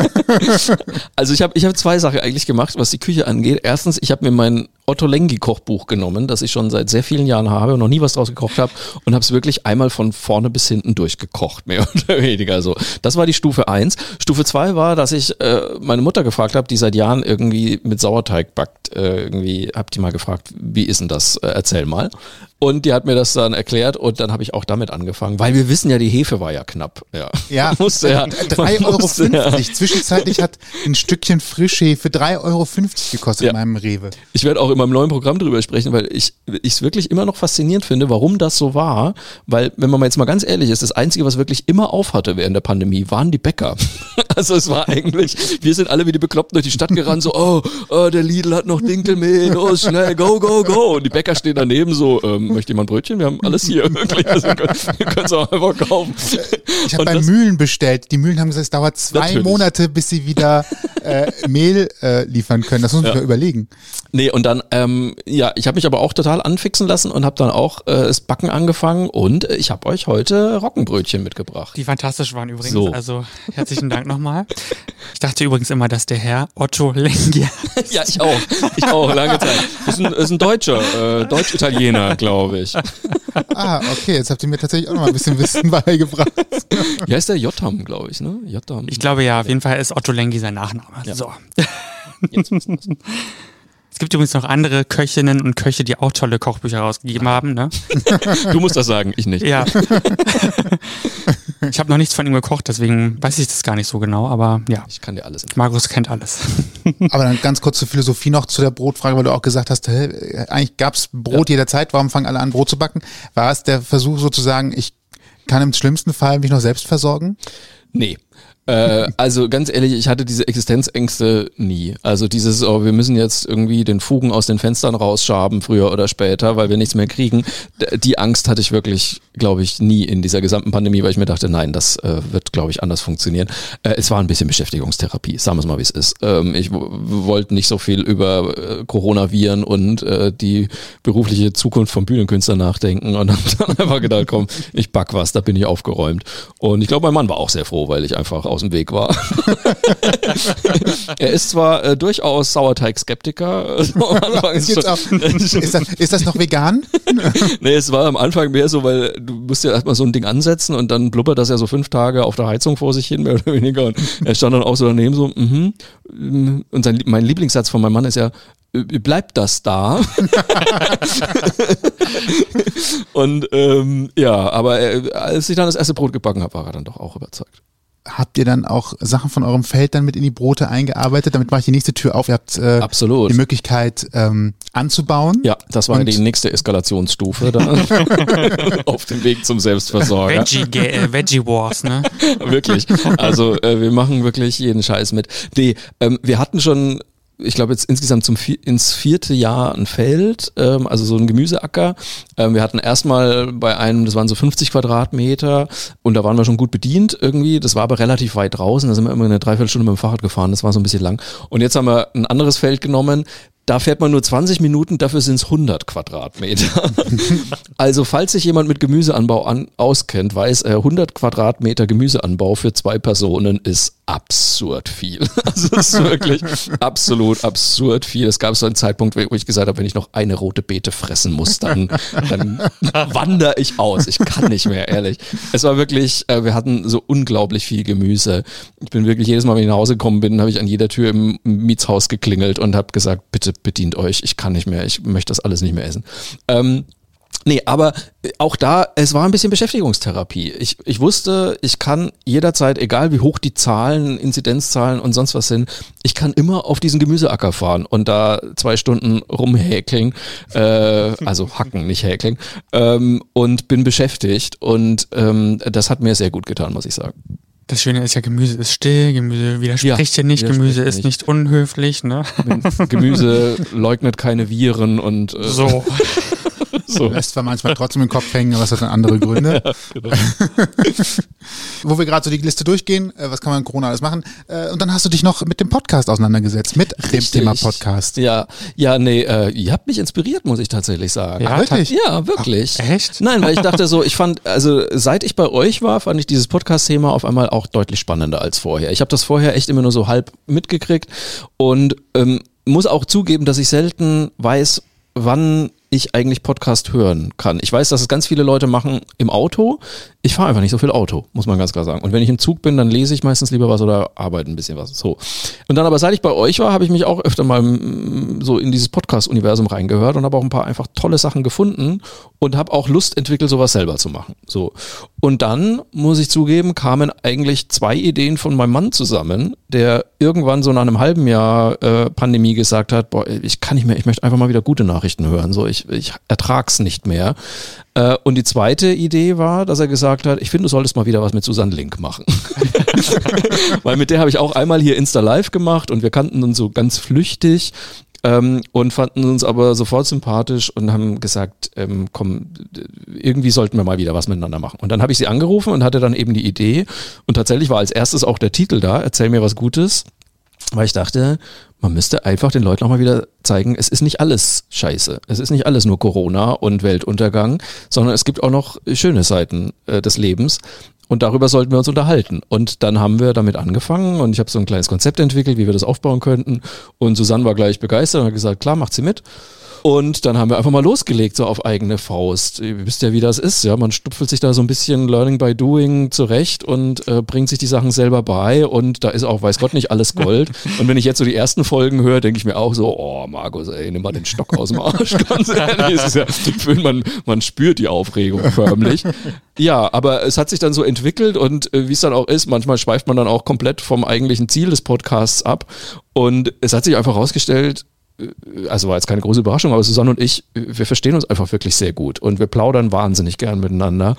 Also ich habe ich hab zwei Sachen eigentlich gemacht, was die Küche angeht. Erstens, ich habe mir mein Otto Lengi Kochbuch genommen, das ich schon seit sehr vielen Jahren habe und noch nie was draus gekocht habe und habe es wirklich einmal von vorne bis hinten durchgekocht, mehr oder weniger. Also das war die Stufe eins. Stufe zwei war, dass ich äh, meine Mutter gefragt habe, die seit Jahren irgendwie mit Sauerteig backt. Äh, irgendwie habe die mal gefragt, wie ist denn das? Äh, erzähl mal. Und die hat mir das dann erklärt und dann habe ich auch damit angefangen, weil wir wissen ja, die Hefe war ja knapp. Ja, ja musste ja drei Euro fünfzig. Ja. Zwischenzeitlich hat ein Stückchen Frischhefe drei Euro fünfzig gekostet ja. in meinem Rewe. Ich werde auch in meinem neuen Programm drüber sprechen, weil ich es wirklich immer noch faszinierend finde, warum das so war. Weil, wenn man mal jetzt mal ganz ehrlich ist, das Einzige, was wirklich immer auf hatte während der Pandemie, waren die Bäcker. Also es war eigentlich, wir sind alle wie die Bekloppten durch die Stadt gerannt, so, oh, oh der Lidl hat noch Dinkelmehl, los, schnell, go, go, go. Und die Bäcker stehen daneben so, ähm, möchte jemand Brötchen? Wir haben alles hier. Wirklich. Also, wir können es auch einfach kaufen. Ich habe bei Mühlen bestellt. Die Mühlen haben gesagt, es dauert zwei Natürlich. Monate, bis sie wieder äh, Mehl äh, liefern können. Das muss man ja. überlegen. Nee, und dann, ähm, ja, ich habe mich aber auch total anfixen lassen und habe dann auch äh, das Backen angefangen und äh, ich habe euch heute Roggenbrötchen mitgebracht. Die fantastisch waren übrigens. So. Also herzlichen Dank nochmal. Ich dachte übrigens immer, dass der Herr Otto Lengi Ja, ich auch. Ich auch, lange Zeit. Das ist ein, ist ein Deutscher, äh, Deutsch-Italiener, glaube ich. Ah, okay, jetzt habt ihr mir tatsächlich auch noch mal ein bisschen Wissen beigebracht. Wie heißt der? Jotam, glaube ich, ne? Jotam. Ich glaube ja, auf jeden Fall ist Otto Lengi sein Nachname. Ja. So. Jetzt wissen wir's. Es gibt übrigens noch andere Köchinnen und Köche, die auch tolle Kochbücher rausgegeben haben, ne? Du musst das sagen, ich nicht. Ja. Ich habe noch nichts von ihm gekocht, deswegen weiß ich das gar nicht so genau, aber ja. Ich kann dir alles empfehlen. Markus kennt alles. Aber dann ganz kurz zur Philosophie noch zu der Brotfrage, weil du auch gesagt hast, hä, eigentlich gab's Brot ja. jederzeit, warum fangen alle an, Brot zu backen? War es der Versuch sozusagen, ich kann im schlimmsten Fall mich noch selbst versorgen? Nee. äh, also ganz ehrlich, ich hatte diese Existenzängste nie. Also dieses, oh, wir müssen jetzt irgendwie den Fugen aus den Fenstern rausschaben, früher oder später, weil wir nichts mehr kriegen. Die Angst hatte ich wirklich, glaube ich, nie in dieser gesamten Pandemie, weil ich mir dachte, nein, das äh, wird, glaube ich, anders funktionieren. Äh, es war ein bisschen Beschäftigungstherapie, sagen wir es mal, wie es ist. Ähm, ich w- wollte nicht so viel über äh, Coronaviren und äh, die berufliche Zukunft von Bühnenkünstlern nachdenken und habe dann einfach gedacht, komm, ich back was, da bin ich aufgeräumt. Und ich glaube, mein Mann war auch sehr froh, weil ich einfach aus dem Weg war. Er ist zwar äh, durchaus Sauerteig-Skeptiker. Äh, so am Anfang Das gibt's auch. Ist, das, ist das noch vegan? Nee, es war am Anfang mehr so, weil du musst ja erstmal so ein Ding ansetzen und dann blubbert das ja so fünf Tage auf der Heizung vor sich hin, mehr oder weniger. Und er stand dann auch so daneben so, mhm. Und sein, mein Lieblingssatz von meinem Mann ist ja, bleibt das da? Und ähm, ja, aber äh, als ich dann das erste Brot gebacken habe, war er dann doch auch überzeugt. Habt ihr dann auch Sachen von eurem Feld dann mit in die Brote eingearbeitet? Damit mache ich die nächste Tür auf. Ihr habt äh, Absolut. die Möglichkeit ähm, anzubauen. Ja, das war Und die nächste Eskalationsstufe dann auf dem Weg zum Selbstversorger. Veggie, äh, Veggie Wars, ne? Wirklich. Also äh, wir machen wirklich jeden Scheiß mit. Nee, ähm, wir hatten schon, ich glaube jetzt insgesamt zum vier, ins vierte Jahr ein Feld, ähm, also so ein Gemüseacker. Ähm, wir hatten erstmal bei einem, das waren so fünfzig Quadratmeter und da waren wir schon gut bedient irgendwie. Das war aber relativ weit draußen, da sind wir immer eine Dreiviertelstunde mit dem Fahrrad gefahren, das war so ein bisschen lang. Und jetzt haben wir ein anderes Feld genommen. Da fährt man nur zwanzig Minuten, dafür sind es hundert Quadratmeter. Also falls sich jemand mit Gemüseanbau an, auskennt, weiß er, hundert Quadratmeter Gemüseanbau für zwei Personen ist absurd viel. Also es ist wirklich absolut absurd viel. Es gab so einen Zeitpunkt, wo ich gesagt habe, wenn ich noch eine rote Beete fressen muss, dann, dann wandere ich aus. Ich kann nicht mehr, ehrlich. Es war wirklich, äh, wir hatten so unglaublich viel Gemüse. Ich bin wirklich jedes Mal, wenn ich nach Hause gekommen bin, habe ich an jeder Tür im Mietshaus geklingelt und habe gesagt, bitte bedient euch, ich kann nicht mehr, ich möchte das alles nicht mehr essen. Ähm, nee, aber auch da, es war ein bisschen Beschäftigungstherapie. Ich, ich wusste, ich kann jederzeit, egal wie hoch die Zahlen, Inzidenzzahlen und sonst was sind, ich kann immer auf diesen Gemüseacker fahren und da zwei Stunden rumhäkeln, äh, also hacken, nicht häkeln, ähm, und bin beschäftigt und ähm, das hat mir sehr gut getan, muss ich sagen. Das Schöne ist ja, Gemüse ist still, Gemüse widerspricht ja, dir nicht, Gemüse ist nicht. nicht unhöflich, ne? Gemüse leugnet keine Viren und äh, so. so. Lässt zwar manchmal trotzdem im Kopf hängen, aber es hat dann andere Gründe. Ja, genau. Wo wir gerade so die Liste durchgehen, äh, was kann man in Corona alles machen? Äh, und dann hast du dich noch mit dem Podcast auseinandergesetzt, mit Richtig. dem Thema Podcast. Ja, ja, nee, äh, ihr habt mich inspiriert, muss ich tatsächlich sagen. Ja, wirklich? Ja, wirklich. Ach, echt? Nein, weil ich dachte so, ich fand, also seit ich bei euch war, fand ich dieses Podcast-Thema auf einmal auch deutlich spannender als vorher. Ich habe das vorher echt immer nur so halb mitgekriegt und ähm, muss auch zugeben, dass ich selten weiß, wann ich eigentlich Podcast hören kann. Ich weiß, dass es ganz viele Leute machen im Auto. Ich fahre einfach nicht so viel Auto, muss man ganz klar sagen. Und wenn ich im Zug bin, dann lese ich meistens lieber was oder arbeite ein bisschen was. So. Und dann aber, seit ich bei euch war, habe ich mich auch öfter mal so in dieses Podcast-Universum reingehört und habe auch ein paar einfach tolle Sachen gefunden und habe auch Lust entwickelt, sowas selber zu machen. So. Und dann, muss ich zugeben, kamen eigentlich zwei Ideen von meinem Mann zusammen, der irgendwann so nach einem halben Jahr äh, Pandemie gesagt hat, boah, ich kann nicht mehr, ich möchte einfach mal wieder gute Nachrichten hören. So, ich, ich ertrag's nicht mehr. Äh, und die zweite Idee war, dass er gesagt hat, ich finde, du solltest mal wieder was mit Susanne Link machen. Weil mit der habe ich auch einmal hier Insta Live gemacht und wir kannten uns so ganz flüchtig. Ähm, und fanden uns aber sofort sympathisch und haben gesagt, ähm, komm, irgendwie sollten wir mal wieder was miteinander machen. Und dann habe ich sie angerufen und hatte dann eben die Idee und tatsächlich war als erstes auch der Titel da, Erzähl mir was Gutes, weil ich dachte, man müsste einfach den Leuten auch mal wieder zeigen, es ist nicht alles scheiße, es ist nicht alles nur Corona und Weltuntergang, sondern es gibt auch noch schöne Seiten äh, des Lebens. Und darüber sollten wir uns unterhalten. Und dann haben wir damit angefangen und ich habe so ein kleines Konzept entwickelt, wie wir das aufbauen könnten. Und Susanne war gleich begeistert und hat gesagt, klar, macht sie mit. Und dann haben wir einfach mal losgelegt, so auf eigene Faust. Ihr wisst ja, wie das ist. Ja, man stupfelt sich da so ein bisschen Learning by Doing zurecht und äh, bringt sich die Sachen selber bei. Und da ist auch, weiß Gott, nicht alles Gold. Und wenn ich jetzt so die ersten Folgen höre, denke ich mir auch so, oh, Markus, ey, nimm mal den Stock aus dem Arsch. Ganz ehrlich, es ist ja, man, man spürt die Aufregung förmlich. Ja, aber es hat sich dann so entwickelt und äh, wie es dann auch ist, manchmal schweift man dann auch komplett vom eigentlichen Ziel des Podcasts ab. Und es hat sich einfach rausgestellt, also war jetzt keine große Überraschung, aber Susanne und ich, wir verstehen uns einfach wirklich sehr gut und wir plaudern wahnsinnig gern miteinander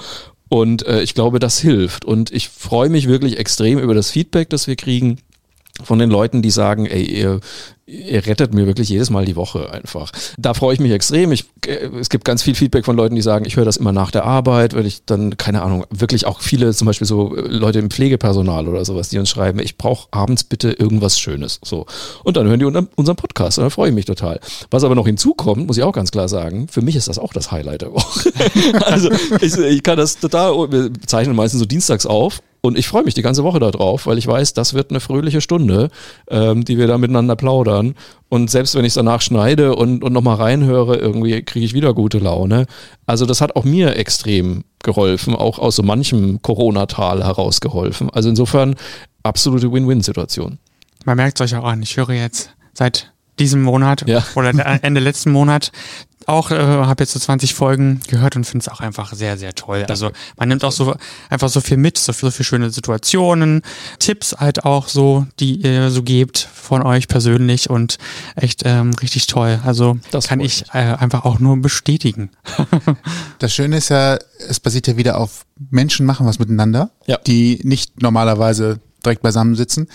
Und äh, ich glaube, das hilft. Und ich freue mich wirklich extrem über das Feedback, das wir kriegen von den Leuten, die sagen, ey, ihr, ihr rettet mir wirklich jedes Mal die Woche einfach. Da freue ich mich extrem. Ich, äh, es gibt ganz viel Feedback von Leuten, die sagen, ich höre das immer nach der Arbeit, weil ich dann, keine Ahnung, wirklich auch viele, zum Beispiel so Leute im Pflegepersonal oder sowas, die uns schreiben, ich brauche abends bitte irgendwas Schönes. So. Und dann hören die unter, unseren Podcast und dann freue ich mich total. Was aber noch hinzukommt, muss ich auch ganz klar sagen, für mich ist das auch das Highlight der Woche. Also ich, ich kann das total, wir zeichnen meistens so dienstags auf. Und ich freue mich die ganze Woche da drauf, weil ich weiß, das wird eine fröhliche Stunde, ähm, die wir da miteinander plaudern. Und selbst wenn ich es danach schneide und, und nochmal reinhöre, irgendwie kriege ich wieder gute Laune. Also das hat auch mir extrem geholfen, auch aus so manchem Corona-Tal herausgeholfen. Also insofern absolute Win-Win-Situation. Man merkt es euch auch an. Ich höre jetzt seit diesem Monat ja. oder Ende letzten Monat auch, äh, habe jetzt so zwanzig Folgen gehört und finde es auch einfach sehr, sehr toll. Danke. Also man nimmt auch so einfach so viel mit, so viel, so viel schöne Situationen, Tipps halt auch so, die ihr so gebt von euch persönlich und echt ähm, richtig toll. Also das kann ich äh, einfach auch nur bestätigen. Das Schöne ist ja, es basiert ja wieder auf Menschen machen was miteinander, ja. die nicht normalerweise direkt beisammen sitzen.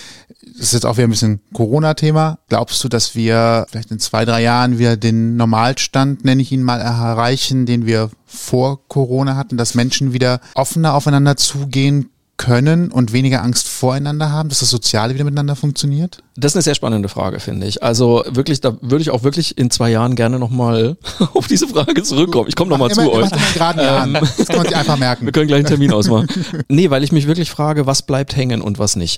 Das ist jetzt auch wieder ein bisschen Corona-Thema. Glaubst du, dass wir vielleicht in zwei, drei Jahren wieder den Normalstand, nenne ich ihn mal, erreichen, den wir vor Corona hatten, dass Menschen wieder offener aufeinander zugehen können und weniger Angst voreinander haben, dass das Soziale wieder miteinander funktioniert? Das ist eine sehr spannende Frage, finde ich. Also wirklich, da würde ich auch wirklich in zwei Jahren gerne nochmal auf diese Frage zurückkommen. Ich komme nochmal zu euch. Ähm, das kann man sich einfach merken. Wir können gleich einen Termin ausmachen. Nee, weil ich mich wirklich frage, was bleibt hängen und was nicht.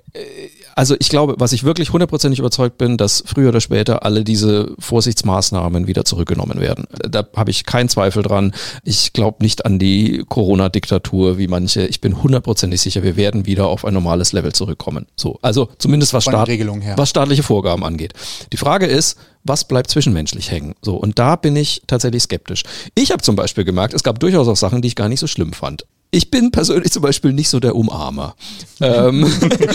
Also ich glaube, was ich wirklich hundertprozentig überzeugt bin, dass früher oder später alle diese Vorsichtsmaßnahmen wieder zurückgenommen werden. Da habe ich keinen Zweifel dran. Ich glaube nicht an die Corona-Diktatur wie manche. Ich bin hundertprozentig sicher, wir werden wieder auf ein normales Level zurückkommen. So, also zumindest was, Staat, was staatliche Vorgaben angeht. Die Frage ist, was bleibt zwischenmenschlich hängen? So, und da bin ich tatsächlich skeptisch. Ich habe zum Beispiel gemerkt, es gab durchaus auch Sachen, die ich gar nicht so schlimm fand. Ich bin persönlich zum Beispiel nicht so der Umarmer. ähm,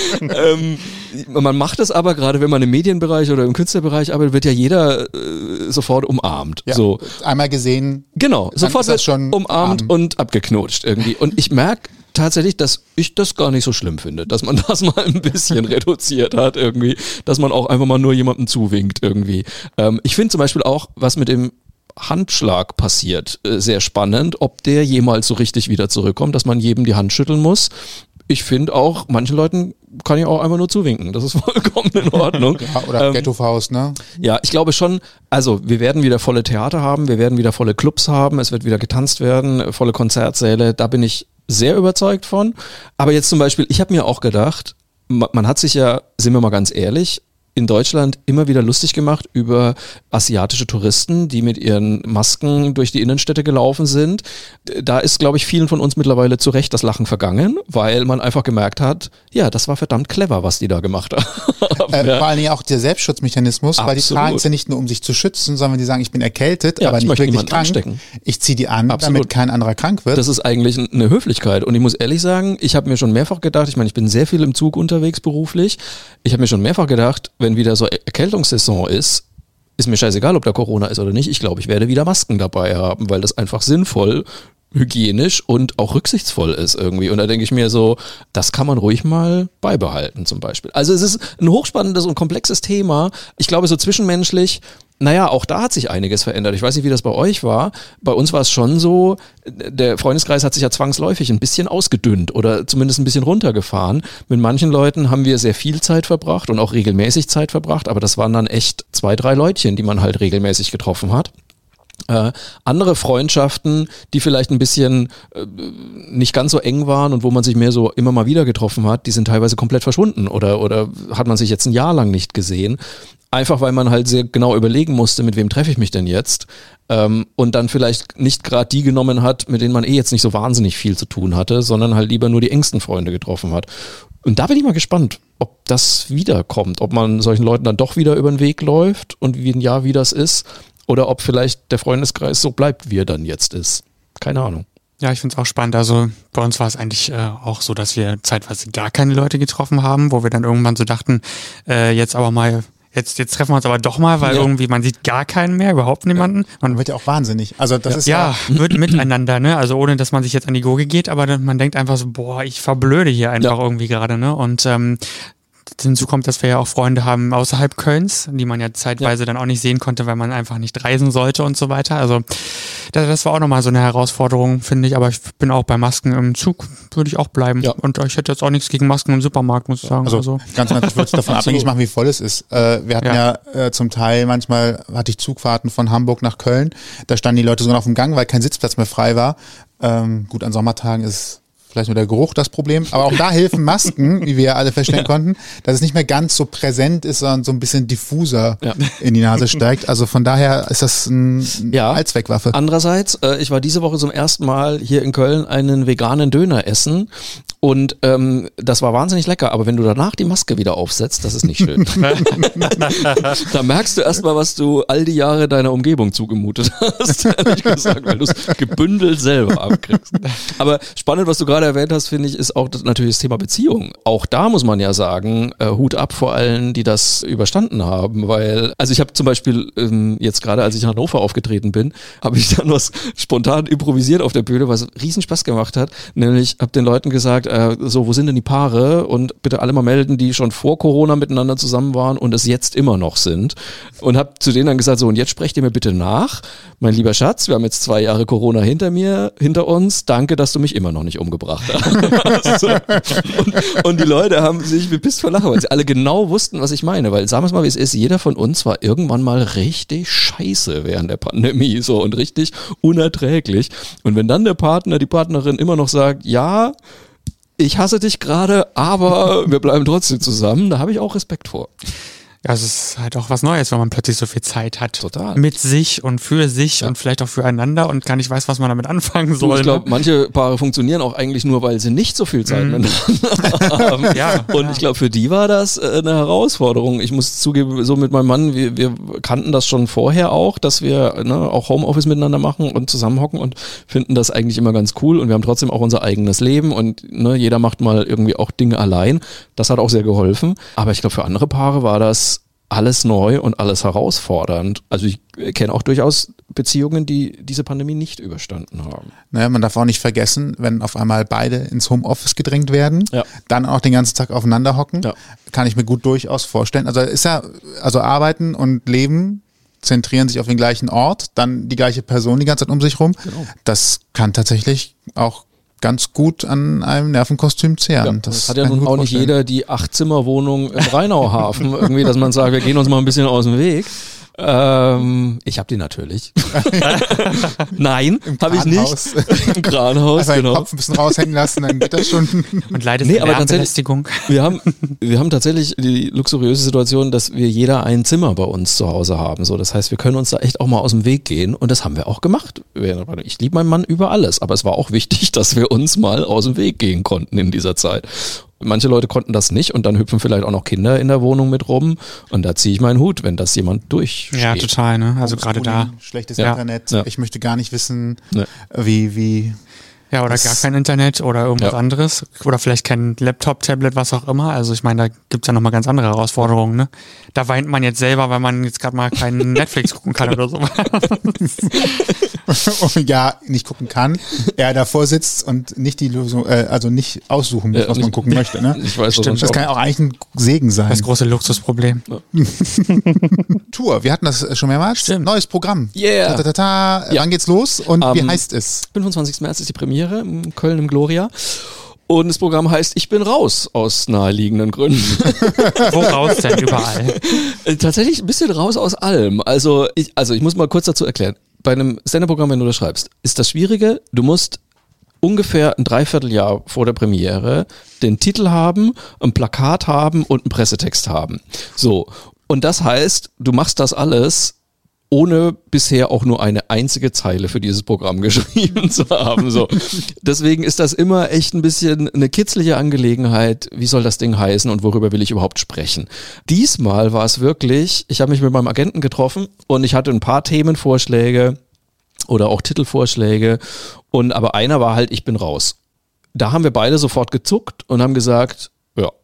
ähm, man macht das aber, gerade wenn man im Medienbereich oder im Künstlerbereich arbeitet, wird ja jeder äh, sofort umarmt. Ja, so. Einmal gesehen. Genau, sofort wird schon umarmt arm. und abgeknutscht irgendwie. Und ich merke tatsächlich, dass ich das gar nicht so schlimm finde, dass man das mal ein bisschen reduziert hat irgendwie, dass man auch einfach mal nur jemandem zuwinkt irgendwie. Ähm, ich finde zum Beispiel auch, was mit dem Handschlag passiert, äh, sehr spannend, ob der jemals so richtig wieder zurückkommt, dass man jedem die Hand schütteln muss. Ich finde auch, manchen Leuten kann ich auch einfach nur zuwinken. Das ist vollkommen in Ordnung. Ja, oder ähm, Ghetto-Faust, ne? Ja, ich glaube schon, also wir werden wieder volle Theater haben, wir werden wieder volle Clubs haben, es wird wieder getanzt werden, volle Konzertsäle, da bin ich sehr überzeugt von. Aber jetzt zum Beispiel, ich habe mir auch gedacht, man, man hat sich ja, sind wir mal ganz ehrlich, in Deutschland immer wieder lustig gemacht über asiatische Touristen, die mit ihren Masken durch die Innenstädte gelaufen sind. Da ist, glaube ich, vielen von uns mittlerweile zu Recht das Lachen vergangen, weil man einfach gemerkt hat, ja, das war verdammt clever, was die da gemacht haben. Äh, ja. Vor allen Dingen auch der Selbstschutzmechanismus, Absolut. Weil die tragen es ja nicht nur, um sich zu schützen, sondern die sagen, ich bin erkältet, Ja, aber ich nicht möchte wirklich niemanden krank. anstecken. Ich ziehe die an, Absolut. damit kein anderer krank wird. Das ist eigentlich eine Höflichkeit. Und ich muss ehrlich sagen, ich habe mir schon mehrfach gedacht, ich meine, ich bin sehr viel im Zug unterwegs beruflich, ich habe mir schon mehrfach gedacht, wenn wieder so Erkältungssaison ist, ist mir scheißegal, ob da Corona ist oder nicht. Ich glaube, ich werde wieder Masken dabei haben, weil das einfach sinnvoll, hygienisch und auch rücksichtsvoll ist irgendwie. Und da denke ich mir so, das kann man ruhig mal beibehalten zum Beispiel. Also es ist ein hochspannendes und komplexes Thema. Ich glaube, so zwischenmenschlich, naja, auch da hat sich einiges verändert. Ich weiß nicht, wie das bei euch war. Bei uns war es schon so, der Freundeskreis hat sich ja zwangsläufig ein bisschen ausgedünnt oder zumindest ein bisschen runtergefahren. Mit manchen Leuten haben wir sehr viel Zeit verbracht und auch regelmäßig Zeit verbracht, aber das waren dann echt zwei, drei Leutchen, die man halt regelmäßig getroffen hat. Äh, andere Freundschaften, die vielleicht ein bisschen äh, nicht ganz so eng waren und wo man sich mehr so immer mal wieder getroffen hat, die sind teilweise komplett verschwunden oder, oder hat man sich jetzt ein Jahr lang nicht gesehen. Einfach weil man halt sehr genau überlegen musste, mit wem treffe ich mich denn jetzt? Ähm, und dann vielleicht nicht gerade die genommen hat, mit denen man eh jetzt nicht so wahnsinnig viel zu tun hatte, sondern halt lieber nur die engsten Freunde getroffen hat. Und da bin ich mal gespannt, ob das wiederkommt, ob man solchen Leuten dann doch wieder über den Weg läuft und wie ein Jahr wie das ist. Oder ob vielleicht der Freundeskreis so bleibt, wie er dann jetzt ist. Keine Ahnung. Ja, ich finde es auch spannend. Also bei uns war es eigentlich äh, auch so, dass wir zeitweise gar keine Leute getroffen haben, wo wir dann irgendwann so dachten, äh, jetzt aber mal jetzt, jetzt treffen wir uns aber doch mal, weil ja. irgendwie man sieht gar keinen mehr, überhaupt niemanden. Man, Man wird ja auch wahnsinnig. Also das ja, ist ja, ja, mit, miteinander, ne? Also ohne, dass man sich jetzt an die Gurgel geht, aber dann, man denkt einfach so, boah, ich verblöde hier einfach Ja. irgendwie gerade, ne? Und ähm, hinzu kommt, dass wir ja auch Freunde haben außerhalb Kölns, die man ja zeitweise ja. dann auch nicht sehen konnte, weil man einfach nicht reisen sollte und so weiter. Also das, das war auch nochmal so eine Herausforderung, finde ich. Aber ich bin auch bei Masken im Zug, würde ich auch bleiben. Ja. Und ich hätte jetzt auch nichts gegen Masken im Supermarkt, muss ich sagen. also, Also ganz natürlich wird es davon abhängig machen, wie voll es ist. Äh, wir hatten ja, ja äh, zum Teil, manchmal hatte ich Zugfahrten von Hamburg nach Köln, da standen die Leute sogar auf dem Gang, weil kein Sitzplatz mehr frei war. Ähm, gut, an Sommertagen ist vielleicht nur der Geruch das Problem, aber auch da helfen Masken, wie wir ja alle feststellen ja. konnten, dass es nicht mehr ganz so präsent ist, sondern so ein bisschen diffuser ja. in die Nase steigt. Also von daher ist das eine ja. Allzweckwaffe. Andererseits, äh, ich war diese Woche zum ersten Mal hier in Köln einen veganen Döner essen und ähm, das war wahnsinnig lecker, aber wenn du danach die Maske wieder aufsetzt, das ist nicht schön. Da merkst du erstmal, was du all die Jahre deiner Umgebung zugemutet hast, ehrlich gesagt, weil du es gebündelt selber abkriegst. Aber spannend, was du gerade erwähnt hast, finde ich, ist auch das, natürlich das Thema Beziehung. Auch da muss man ja sagen, äh, Hut ab vor allen, die das überstanden haben, weil, also ich habe zum Beispiel ähm, jetzt gerade, als ich in Hannover aufgetreten bin, habe ich dann was spontan improvisiert auf der Bühne, was riesen Spaß gemacht hat, nämlich habe den Leuten gesagt, äh, so, wo sind denn die Paare und bitte alle mal melden, die schon vor Corona miteinander zusammen waren und es jetzt immer noch sind und habe zu denen dann gesagt, so, und jetzt sprecht ihr mir bitte nach, mein lieber Schatz, wir haben jetzt zwei Jahre Corona hinter mir, hinter uns, danke, dass du mich immer noch nicht umgebracht hast. und, und die Leute haben sich bepisst vor Lachen, weil sie alle genau wussten, was ich meine, weil sagen wir es mal, wie es ist, jeder von uns war irgendwann mal richtig scheiße während der Pandemie, so, und richtig unerträglich, und wenn dann der Partner, die Partnerin immer noch sagt, ja, ich hasse dich gerade, aber wir bleiben trotzdem zusammen, da habe ich auch Respekt vor. Ja, es ist halt auch was Neues, wenn man plötzlich so viel Zeit hat. Total. Mit sich und für sich ja. und vielleicht auch füreinander und gar nicht weiß, was man damit anfangen soll. Ich glaube, manche Paare funktionieren auch eigentlich nur, weil sie nicht so viel Zeit mm. miteinander haben. Ja, und ja. ich glaube, für die war das äh, eine Herausforderung. Ich muss zugeben, so mit meinem Mann, wir, wir kannten das schon vorher auch, dass wir ne, auch Homeoffice miteinander machen und zusammenhocken und finden das eigentlich immer ganz cool. Und wir haben trotzdem auch unser eigenes Leben und ne, jeder macht mal irgendwie auch Dinge allein. Das hat auch sehr geholfen. Aber ich glaube, für andere Paare war das alles neu und alles herausfordernd. Also ich kenne auch durchaus Beziehungen, die diese Pandemie nicht überstanden haben. Naja, man darf auch nicht vergessen, wenn auf einmal beide ins Homeoffice gedrängt werden, ja. dann auch den ganzen Tag aufeinander hocken, ja. kann ich mir gut durchaus vorstellen. Also ist ja, also Arbeiten und Leben zentrieren sich auf den gleichen Ort, dann die gleiche Person die ganze Zeit um sich rum. Genau. Das kann tatsächlich auch ganz gut an einem Nervenkostüm zehren. Ja, das, das hat ja nun auch nicht jeder die Acht-Zimmer-Wohnung im Rheinauhafen, irgendwie, dass man sagt, wir gehen uns mal ein bisschen aus dem Weg. Ähm, ich habe die natürlich. Nein, habe ich nicht. Im Kranhaus, also genau. Den Kopf ein bisschen raushängen lassen, dann geht das schon. Und leidet nee, an Lärmbelästigung. Wir haben, wir haben tatsächlich die luxuriöse Situation, dass wir jeder ein Zimmer bei uns zu Hause haben. So, das heißt, wir können uns da echt auch mal aus dem Weg gehen und das haben wir auch gemacht. Ich liebe meinen Mann über alles, aber es war auch wichtig, dass wir uns mal aus dem Weg gehen konnten in dieser Zeit. Manche Leute konnten das nicht und dann hüpfen vielleicht auch noch Kinder in der Wohnung mit rum und da ziehe ich meinen Hut, wenn das jemand durchsteht. Ja, total, ne? Also gerade da. Schlechtes ja. Internet, ja. ich möchte gar nicht wissen, ja. wie, wie... Ja, oder das gar kein Internet oder irgendwas ja. anderes oder vielleicht kein Laptop, Tablet, was auch immer. Also ich meine, da gibt's ja nochmal ganz andere Herausforderungen, ne? Da weint man jetzt selber, weil man jetzt gerade mal keinen Netflix gucken kann oder so. Ja, nicht gucken kann, er davor sitzt und nicht die Lösung, äh, also nicht aussuchen muss, ja, was man ich, gucken möchte. Ne? Ich weiß, Stimmt, das kann ja auch eigentlich ein Segen sein. Das große Luxusproblem. Ja. Tour, wir hatten das schon mehrmals. Stimmt. Neues Programm. Yeah. Ta, ta, ta, ta. Ja. Wann geht's los und um, wie heißt es? fünfundzwanzigsten März ist die Premiere in Köln im Gloria. Und das Programm heißt Ich bin raus, aus naheliegenden Gründen. Wo raus denn überall? Tatsächlich ein bisschen raus aus allem. Also ich, also ich muss mal kurz dazu erklären. Bei einem Stand-Up-Programm, wenn du das schreibst, ist das Schwierige, du musst ungefähr ein Dreivierteljahr vor der Premiere den Titel haben, ein Plakat haben und einen Pressetext haben. So. Und das heißt, du machst das alles ohne bisher auch nur eine einzige Zeile für dieses Programm geschrieben zu haben. So. Deswegen ist das immer echt ein bisschen eine kitzlige Angelegenheit. Wie soll das Ding heißen und worüber will ich überhaupt sprechen? Diesmal war es wirklich, ich habe mich mit meinem Agenten getroffen und ich hatte ein paar Themenvorschläge oder auch Titelvorschläge und aber einer war halt, ich bin raus. Da haben wir beide sofort gezuckt und haben gesagt, ja.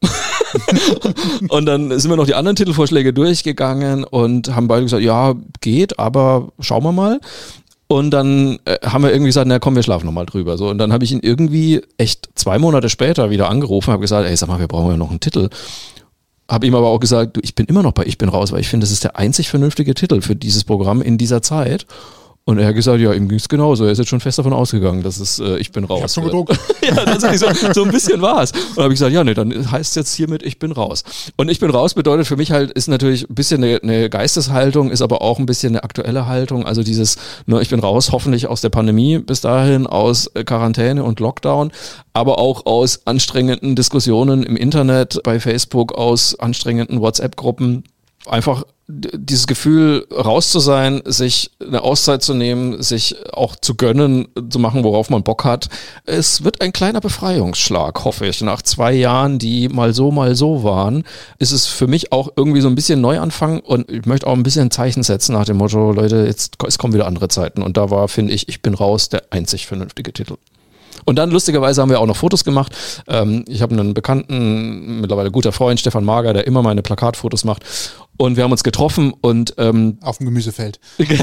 Und dann sind wir noch die anderen Titelvorschläge durchgegangen und haben beide gesagt, ja, geht, aber schauen wir mal. Und dann äh, haben wir irgendwie gesagt, na komm, wir schlafen nochmal drüber. So, und dann habe ich ihn irgendwie echt zwei Monate später wieder angerufen, habe gesagt, ey, sag mal, wir brauchen ja noch einen Titel. Habe ihm aber auch gesagt, du, ich bin immer noch bei Ich bin raus, weil ich finde, das ist der einzig vernünftige Titel für dieses Programm in dieser Zeit. Und er hat gesagt, ja, ihm ging es genauso. Er ist jetzt schon fest davon ausgegangen, dass es äh, Ich bin raus. Ich hab schon gedruckt. Ja, tatsächlich so, so ein bisschen war es. Und habe ich gesagt, ja, nee, dann heißt es jetzt hiermit Ich bin raus. Und Ich bin raus bedeutet für mich halt, ist natürlich ein bisschen eine, eine Geisteshaltung, ist aber auch ein bisschen eine aktuelle Haltung. Also dieses, ne, ich bin raus, hoffentlich aus der Pandemie bis dahin, aus Quarantäne und Lockdown, aber auch aus anstrengenden Diskussionen im Internet, bei Facebook, aus anstrengenden WhatsApp-Gruppen. Einfach dieses Gefühl, raus zu sein, sich eine Auszeit zu nehmen, sich auch zu gönnen, zu machen, worauf man Bock hat. Es wird ein kleiner Befreiungsschlag, hoffe ich. Nach zwei Jahren, die mal so, mal so waren, ist es für mich auch irgendwie so ein bisschen Neuanfang und ich möchte auch ein bisschen ein Zeichen setzen nach dem Motto, Leute, jetzt es kommen wieder andere Zeiten. Und da war, finde ich, Ich bin raus, der einzig vernünftige Titel. Und dann lustigerweise haben wir auch noch Fotos gemacht. Ähm, ich habe einen bekannten, mittlerweile guter Freund, Stefan Mager, der immer meine Plakatfotos macht. Und wir haben uns getroffen und ähm, auf dem Gemüsefeld.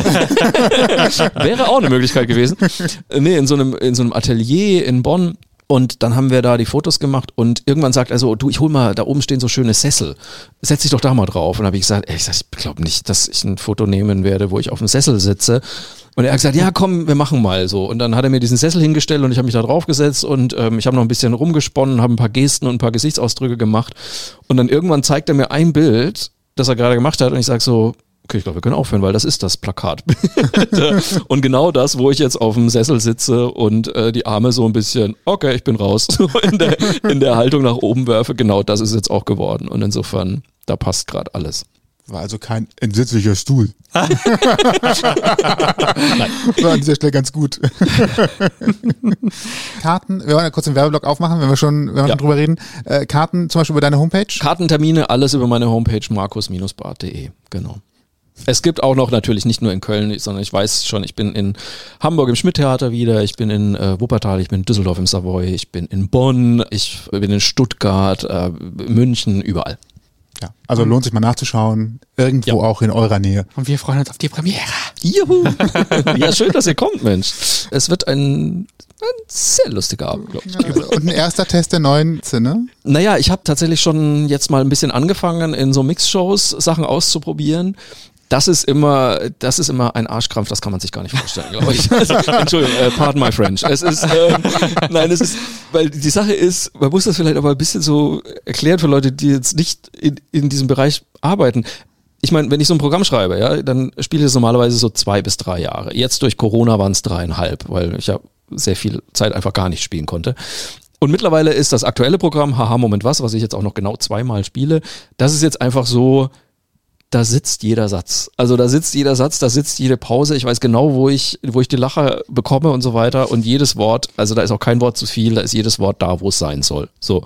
Wäre auch eine Möglichkeit gewesen. Nee, in so einem, in so einem Atelier in Bonn. Und dann haben wir da die Fotos gemacht und irgendwann sagt er so, du, ich hol mal, da oben stehen so schöne Sessel, setz dich doch da mal drauf. Und dann habe ich gesagt, ey, ich, ich glaube nicht, dass ich ein Foto nehmen werde, wo ich auf dem Sessel sitze. Und er hat gesagt, ja komm, wir machen mal so. Und dann hat er mir diesen Sessel hingestellt und ich habe mich da drauf gesetzt und ähm, ich habe noch ein bisschen rumgesponnen, habe ein paar Gesten und ein paar Gesichtsausdrücke gemacht. Und dann irgendwann zeigt er mir ein Bild, das er gerade gemacht hat und ich sage so, okay, ich glaube, wir können aufhören, weil das ist das Plakat. Und genau das, wo ich jetzt auf dem Sessel sitze und äh, die Arme so ein bisschen, okay, ich bin raus, in der, in der Haltung nach oben werfe, genau das ist jetzt auch geworden. Und insofern, da passt gerade alles. War also kein entsetzlicher Stuhl. Nein. War an dieser Stelle ganz gut. Karten, wir wollen ja kurz den Werbeblock aufmachen, wenn wir schon, wenn wir ja. schon drüber reden. Äh, Karten zum Beispiel über deine Homepage? Kartentermine, alles über meine Homepage markus Bindestrich barth punkt de, genau. Es gibt auch noch natürlich nicht nur in Köln, sondern ich weiß schon, ich bin in Hamburg im Schmidt-Theater wieder, ich bin in äh, Wuppertal, ich bin in Düsseldorf im Savoy, ich bin in Bonn, ich bin in Stuttgart, äh, München, überall. Ja, also um, lohnt sich mal nachzuschauen, irgendwo ja. auch in eurer Nähe. Und wir freuen uns auf die Premiere. Juhu! Ja, schön, dass ihr kommt, Mensch. Es wird ein, ein sehr lustiger Abend, glaube ich. Ja, und ein erster Test der neuen Zinne? Naja, ich habe tatsächlich schon jetzt mal ein bisschen angefangen, in so Mixshows Sachen auszuprobieren. Das ist immer, das ist immer ein Arschkrampf, das kann man sich gar nicht vorstellen, glaube ich. Also, Entschuldigung, äh, pardon my French. Es ist, ähm, nein, es ist, weil die Sache ist, man muss das vielleicht aber ein bisschen so erklären für Leute, die jetzt nicht in, in diesem Bereich arbeiten. Ich meine, wenn ich so ein Programm schreibe, ja, dann spiele ich es normalerweise so zwei bis drei Jahre. Jetzt durch Corona waren es dreieinhalb, weil ich ja sehr viel Zeit einfach gar nicht spielen konnte. Und mittlerweile ist das aktuelle Programm, haha, Moment was, was ich jetzt auch noch genau zweimal spiele, das ist jetzt einfach so, da sitzt jeder Satz. Also da sitzt jeder Satz, da sitzt jede Pause. Ich weiß genau, wo ich, wo ich die Lacher bekomme und so weiter. Und jedes Wort, also da ist auch kein Wort zu viel, da ist jedes Wort da, wo es sein soll. So.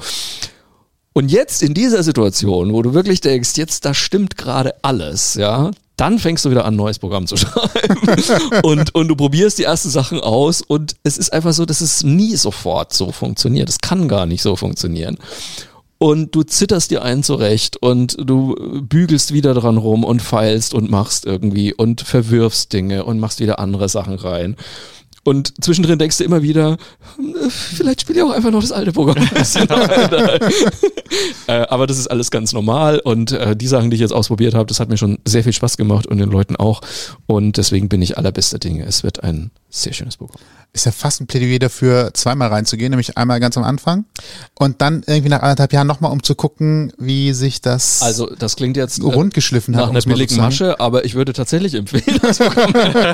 Und jetzt in dieser Situation, wo du wirklich denkst, jetzt da stimmt gerade alles, ja, dann fängst du wieder an, ein neues Programm zu schreiben. und, und du probierst die ersten Sachen aus und es ist einfach so, dass es nie sofort so funktioniert. Es kann gar nicht so funktionieren. Und du zitterst dir einen zurecht und du bügelst wieder dran rum und feilst und machst irgendwie und verwirfst Dinge und machst wieder andere Sachen rein. Und zwischendrin denkst du immer wieder, vielleicht spiele ich auch einfach noch das alte Programm ein bisschen weiter. äh, aber das ist alles ganz normal und äh, die Sachen, die ich jetzt ausprobiert habe, das hat mir schon sehr viel Spaß gemacht und den Leuten auch. Und deswegen bin ich allerbester Dinge. Es wird ein sehr schönes Programm. Ist ja fast ein Plädoyer dafür, zweimal reinzugehen, nämlich einmal ganz am Anfang und dann irgendwie nach anderthalb Jahren nochmal, um zu gucken, wie sich das, also das klingt jetzt rund geschliffen hat. Nach einer billigen Masche, aber ich würde tatsächlich empfehlen, das Programm.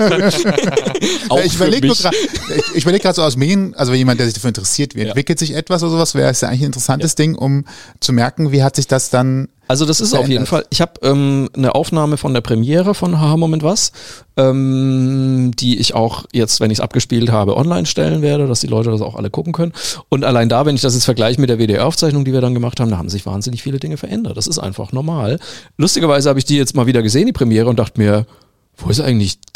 Auch ich überlege gerade ich überleg gerade so aus Medien, also wenn jemand, der sich dafür interessiert, wie ja. entwickelt sich etwas oder sowas, wäre es ja eigentlich ein interessantes ja. Ding, um zu merken, wie hat sich das dann Also das ist verändert. Auf jeden Fall, ich habe ähm, eine Aufnahme von der Premiere von Haha, Moment was, ähm, die ich auch jetzt, wenn ich es abgespielt habe, online stellen werde, dass die Leute das auch alle gucken können. Und allein da, wenn ich das jetzt vergleiche mit der W D R-Aufzeichnung, die wir dann gemacht haben, da haben sich wahnsinnig viele Dinge verändert. Das ist einfach normal. Lustigerweise habe ich die jetzt mal wieder gesehen, die Premiere, und dachte mir, wo ist eigentlich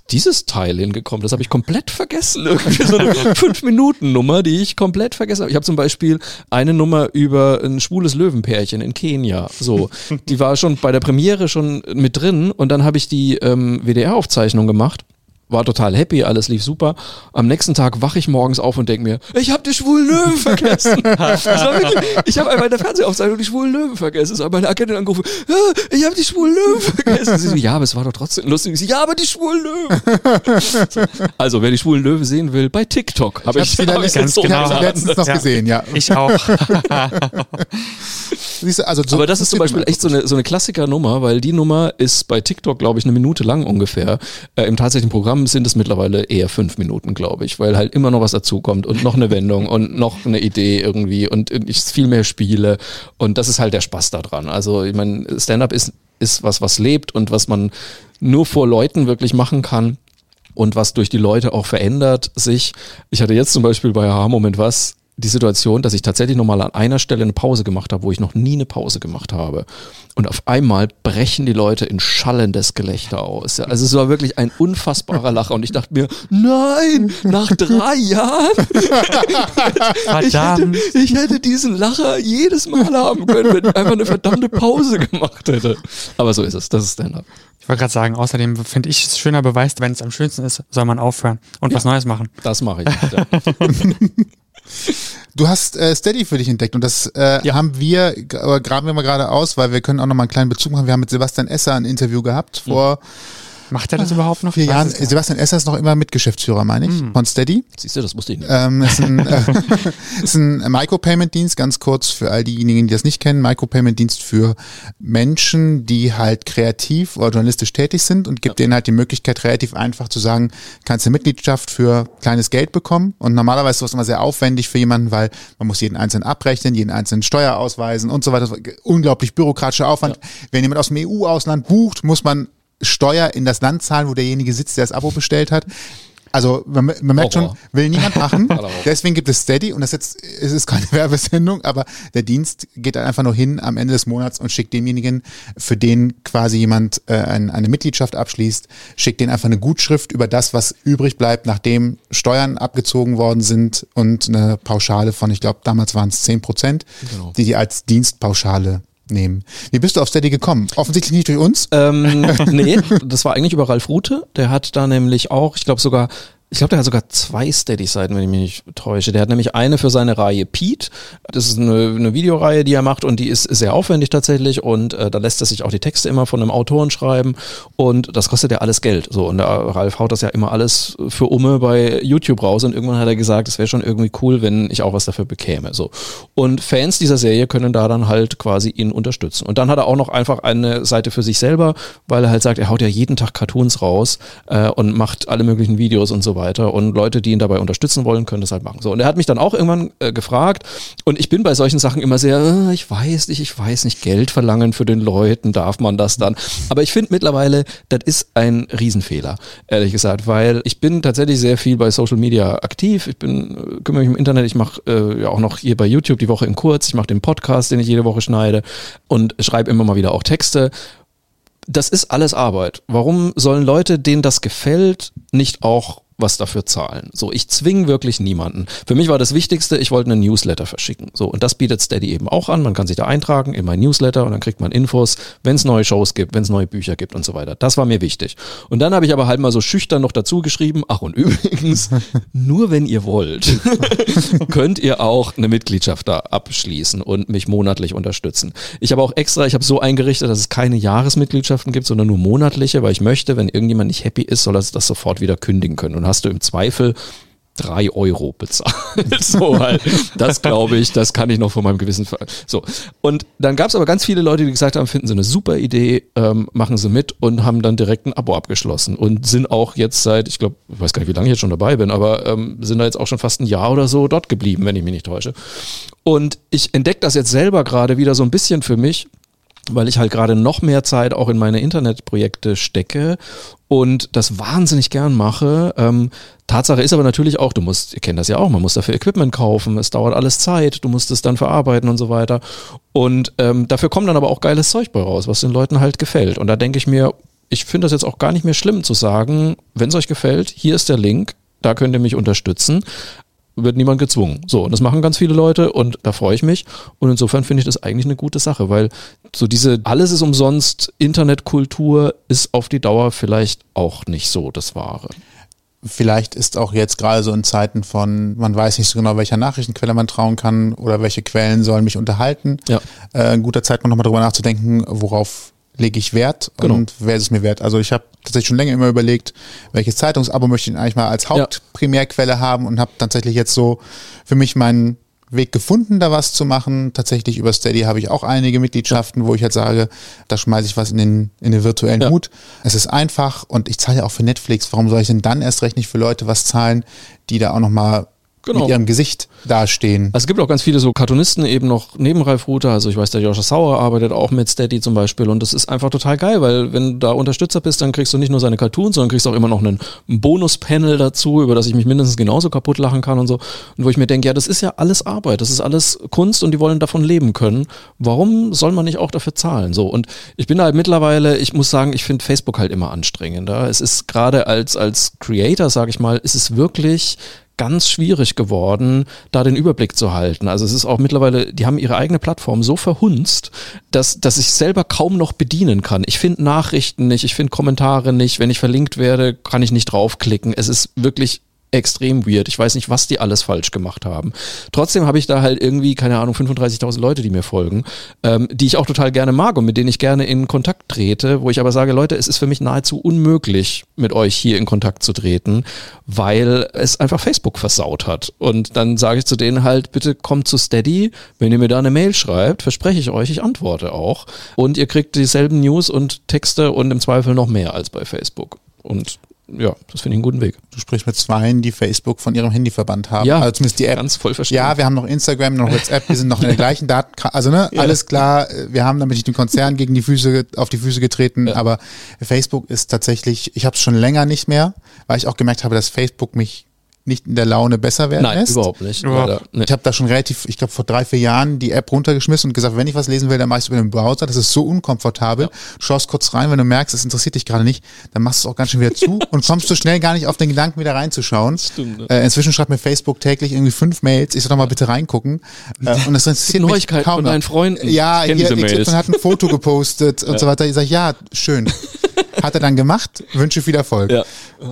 dieses Teil hingekommen? Das habe ich komplett vergessen. Irgendwie so eine fünf-Minuten-Nummer, die ich komplett vergessen habe. Ich habe zum Beispiel eine Nummer über ein schwules Löwenpärchen in Kenia. So, die war schon bei der Premiere schon mit drin und dann habe ich die ähm, W D R-Aufzeichnung gemacht. War total happy, alles lief super. Am nächsten Tag wache ich morgens auf und denke mir, ich habe die schwulen Löwen vergessen. Das war wirklich, ich habe einfach in der Fernsehaufzeichnung die schwulen Löwen vergessen. Es hat meine Agentin angerufen, ja, ich habe die schwulen Löwen vergessen. Sie so, ja, aber es war doch trotzdem lustig. Ich so, ja, aber die schwulen Löwen. So. Also, wer die schwulen Löwen sehen will, bei TikTok. Hab ich habe ich ganz genau letztens noch ja, gesehen, ja. Ich auch. Siehst du, also so, aber das ist zum Beispiel echt so eine, so eine Klassiker-Nummer, weil die Nummer ist bei TikTok, glaube ich, eine Minute lang ungefähr. Äh, Im tatsächlichen Programm sind es mittlerweile eher fünf Minuten, glaube ich, weil halt immer noch was dazukommt und noch eine Wendung und noch eine Idee irgendwie und ich viel mehr spiele und das ist halt der Spaß daran. Also ich meine, Stand-up ist, ist was, was lebt und was man nur vor Leuten wirklich machen kann und was durch die Leute auch verändert sich. Ich hatte jetzt zum Beispiel bei Aha, Moment was, die Situation, dass ich tatsächlich nochmal an einer Stelle eine Pause gemacht habe, wo ich noch nie eine Pause gemacht habe. Und auf einmal brechen die Leute in schallendes Gelächter aus. Also es war wirklich ein unfassbarer Lacher. Und ich dachte mir, nein, nach drei Jahren, ich hätte, ich hätte diesen Lacher jedes Mal haben können, wenn ich einfach eine verdammte Pause gemacht hätte. Aber so ist es, das ist Stand-up. Ich wollte gerade sagen, außerdem finde ich es schöner Beweis, wenn es am schönsten ist, soll man aufhören und ja, was Neues machen. Das mache ich nicht, ja. Du hast äh, Steady für dich entdeckt und das äh, ja. haben wir, äh, graben wir mal gerade aus, weil wir können auch noch mal einen kleinen Bezug machen. Wir haben mit Sebastian Esser ein Interview gehabt vor... Mhm. Macht er das überhaupt noch? Vier Jahren. Sebastian Esser ist noch immer Mitgeschäftsführer, meine ich, mm. von Steady. Siehst du, das wusste ich nicht. Ähm, ist ein, äh, ist ein Micropayment-Dienst, ganz kurz für all diejenigen, die das nicht kennen. Micropayment-Dienst für Menschen, die halt kreativ oder journalistisch tätig sind und gibt ja. denen halt die Möglichkeit, relativ einfach zu sagen, kannst du Mitgliedschaft für kleines Geld bekommen. Und normalerweise ist das immer sehr aufwendig für jemanden, weil man muss jeden einzelnen abrechnen, jeden einzelnen Steuer ausweisen und so weiter. Unglaublich bürokratischer Aufwand. Ja. Wenn jemand aus dem E U-Ausland bucht, muss man Steuer in das Land zahlen, wo derjenige sitzt, der das Abo bestellt hat. Also man, man merkt schon, will niemand machen. Deswegen gibt es Steady und das jetzt, es ist keine Werbesendung, aber der Dienst geht dann einfach nur hin am Ende des Monats und schickt demjenigen, für den quasi jemand äh, ein, eine Mitgliedschaft abschließt, schickt den einfach eine Gutschrift über das, was übrig bleibt, nachdem Steuern abgezogen worden sind und eine Pauschale von, ich glaube, damals waren es zehn Prozent, genau, die die als Dienstpauschale nehmen. Wie bist du auf Steady gekommen? Offensichtlich nicht durch uns? Ähm, nee, das war eigentlich über Ralf Rute. Der hat da nämlich auch, ich glaube sogar, ich glaube, der hat sogar zwei Steady-Seiten, wenn ich mich nicht täusche. Der hat nämlich eine für seine Reihe Pete. Das ist eine, eine Videoreihe, die er macht und die ist sehr aufwendig tatsächlich und äh, da lässt er sich auch die Texte immer von einem Autoren schreiben und das kostet ja alles Geld. So, und der Ralf haut das ja immer alles für Umme bei YouTube raus und irgendwann hat er gesagt, es wäre schon irgendwie cool, wenn ich auch was dafür bekäme. So. Und Fans dieser Serie können da dann halt quasi ihn unterstützen. Und dann hat er auch noch einfach eine Seite für sich selber, weil er halt sagt, er haut ja jeden Tag Cartoons raus äh, und macht alle möglichen Videos und so weiter und Leute, die ihn dabei unterstützen wollen, können das halt machen. So, und er hat mich dann auch irgendwann äh, gefragt und ich bin bei solchen Sachen immer sehr, äh, ich weiß nicht, ich weiß nicht, Geld verlangen für den Leuten, darf man das dann? Aber ich finde mittlerweile, das ist ein Riesenfehler, ehrlich gesagt, weil ich bin tatsächlich sehr viel bei Social Media aktiv, ich bin, kümmere mich im Internet, ich mache äh, ja auch noch hier bei YouTube die Woche in kurz, ich mache den Podcast, den ich jede Woche schneide und schreibe immer mal wieder auch Texte. Das ist alles Arbeit. Warum sollen Leute, denen das gefällt, nicht auch was dafür zahlen? So, ich zwinge wirklich niemanden. Für mich war das Wichtigste, ich wollte einen Newsletter verschicken. So, und das bietet Steady eben auch an. Man kann sich da eintragen in mein Newsletter und dann kriegt man Infos, wenn es neue Shows gibt, wenn es neue Bücher gibt und so weiter. Das war mir wichtig. Und dann habe ich aber halt mal so schüchtern noch dazu geschrieben, ach und übrigens, nur wenn ihr wollt, könnt ihr auch eine Mitgliedschaft da abschließen und mich monatlich unterstützen. Ich habe auch extra, ich habe so eingerichtet, dass es keine Jahresmitgliedschaften gibt, sondern nur monatliche, weil ich möchte, wenn irgendjemand nicht happy ist, soll er das sofort wieder kündigen können. Und hast du im Zweifel drei Euro bezahlt. So halt. Das glaube ich, das kann ich noch von meinem Gewissen ver- So. Und dann gab es aber ganz viele Leute, die gesagt haben, finden sie eine super Idee, ähm, machen sie mit und haben dann direkt ein Abo abgeschlossen und sind auch jetzt seit, ich glaube, ich weiß gar nicht, wie lange ich jetzt schon dabei bin, aber ähm, sind da jetzt auch schon fast ein Jahr oder so dort geblieben, wenn ich mich nicht täusche. Und ich entdecke das jetzt selber gerade wieder so ein bisschen für mich, weil ich halt gerade noch mehr Zeit auch in meine Internetprojekte stecke und das wahnsinnig gern mache. Ähm, Tatsache ist aber natürlich auch, du musst, ihr kennt das ja auch, man muss dafür Equipment kaufen, es dauert alles Zeit, du musst es dann verarbeiten und so weiter. Und ähm, dafür kommt dann aber auch geiles Zeug bei raus, was den Leuten halt gefällt. Und da denke ich mir, ich finde das jetzt auch gar nicht mehr schlimm zu sagen, wenn es euch gefällt, hier ist der Link, da könnt ihr mich unterstützen. Wird niemand gezwungen. So, und das machen ganz viele Leute und da freue ich mich. Und insofern finde ich das eigentlich eine gute Sache, weil so diese alles ist umsonst Internetkultur ist auf die Dauer vielleicht auch nicht so das Wahre. Vielleicht ist auch jetzt gerade so in Zeiten von, man weiß nicht so genau, welcher Nachrichtenquelle man trauen kann oder welche Quellen sollen mich unterhalten. Ja. Äh, ein guter Zeitpunkt nochmal drüber nachzudenken, worauf lege ich Wert genau. und wer ist es mir wert. Also ich habe tatsächlich schon länger immer überlegt, welches Zeitungsabo möchte ich eigentlich mal als Hauptprimärquelle ja. haben und habe tatsächlich jetzt so für mich meinen Weg gefunden, da was zu machen. Tatsächlich über Steady habe ich auch einige Mitgliedschaften, wo ich halt sage, da schmeiße ich was in den, in den virtuellen ja. Hut. Es ist einfach und ich zahle ja auch für Netflix. Warum soll ich denn dann erst recht nicht für Leute was zahlen, die da auch nochmal Genau. mit ihrem Gesicht dastehen. Also es gibt auch ganz viele so Cartoonisten eben noch neben Ralf Ruther, also ich weiß, der Joscha Sauer arbeitet auch mit Steady zum Beispiel und das ist einfach total geil, weil wenn du da Unterstützer bist, dann kriegst du nicht nur seine Cartoons, sondern kriegst auch immer noch einen Bonus-Panel dazu, über das ich mich mindestens genauso kaputt lachen kann und so und wo ich mir denke, ja, das ist ja alles Arbeit, das ist alles Kunst und die wollen davon leben können. Warum soll man nicht auch dafür zahlen? So und ich bin halt mittlerweile, ich muss sagen, ich finde Facebook halt immer anstrengender. Es ist gerade als, als Creator, sage ich mal, ist es wirklich ganz schwierig geworden, da den Überblick zu halten. Also es ist auch mittlerweile, die haben ihre eigene Plattform so verhunzt, dass, dass ich selber kaum noch bedienen kann. Ich finde Nachrichten nicht, ich finde Kommentare nicht. Wenn ich verlinkt werde, kann ich nicht draufklicken. Es ist wirklich extrem weird. Ich weiß nicht, was die alles falsch gemacht haben. Trotzdem habe ich da halt irgendwie, keine Ahnung, fünfunddreißigtausend Leute, die mir folgen, ähm, die ich auch total gerne mag und mit denen ich gerne in Kontakt trete, wo ich aber sage, Leute, es ist für mich nahezu unmöglich, mit euch hier in Kontakt zu treten, weil es einfach Facebook versaut hat. Und dann sage ich zu denen halt, bitte kommt zu Steady, wenn ihr mir da eine Mail schreibt, verspreche ich euch, ich antworte auch. Und ihr kriegt dieselben News und Texte und im Zweifel noch mehr als bei Facebook. Und ja, das finde ich einen guten Weg. Du sprichst mit Zweien, die Facebook von ihrem Handy verbannt haben. Ja, also zumindest die App. Ganz voll verstehen. Ja, wir haben noch Instagram, noch WhatsApp, wir sind noch in der gleichen Daten, also ne, ja. alles klar, wir haben damit nicht den Konzern gegen die Füße, auf die Füße getreten, ja. aber Facebook ist tatsächlich, ich habe es schon länger nicht mehr, weil ich auch gemerkt habe, dass Facebook mich nicht in der Laune besser werden Nein, lässt. Nein, überhaupt nicht. Ja. Nee. Ich habe da schon relativ, ich glaube vor drei, vier Jahren die App runtergeschmissen und gesagt, wenn ich was lesen will, dann mache ich es über den Browser. Das ist so unkomfortabel. Ja. Du schaust kurz rein, wenn du merkst, es interessiert dich gerade nicht, dann machst du es auch ganz schön wieder zu und kommst so schnell gar nicht auf den Gedanken, wieder reinzuschauen. Stimmt, ne? äh, inzwischen schreibt mir Facebook täglich irgendwie fünf Mails. Ich soll doch mal bitte reingucken. Äh, und das interessiert mich Neuigkeit kaum von deinen Freunden. Ja, hier, X hat ein Foto gepostet und ja. so weiter. Ich sage, ja, schön. Hat er dann gemacht. Wünsche viel Erfolg. Ja.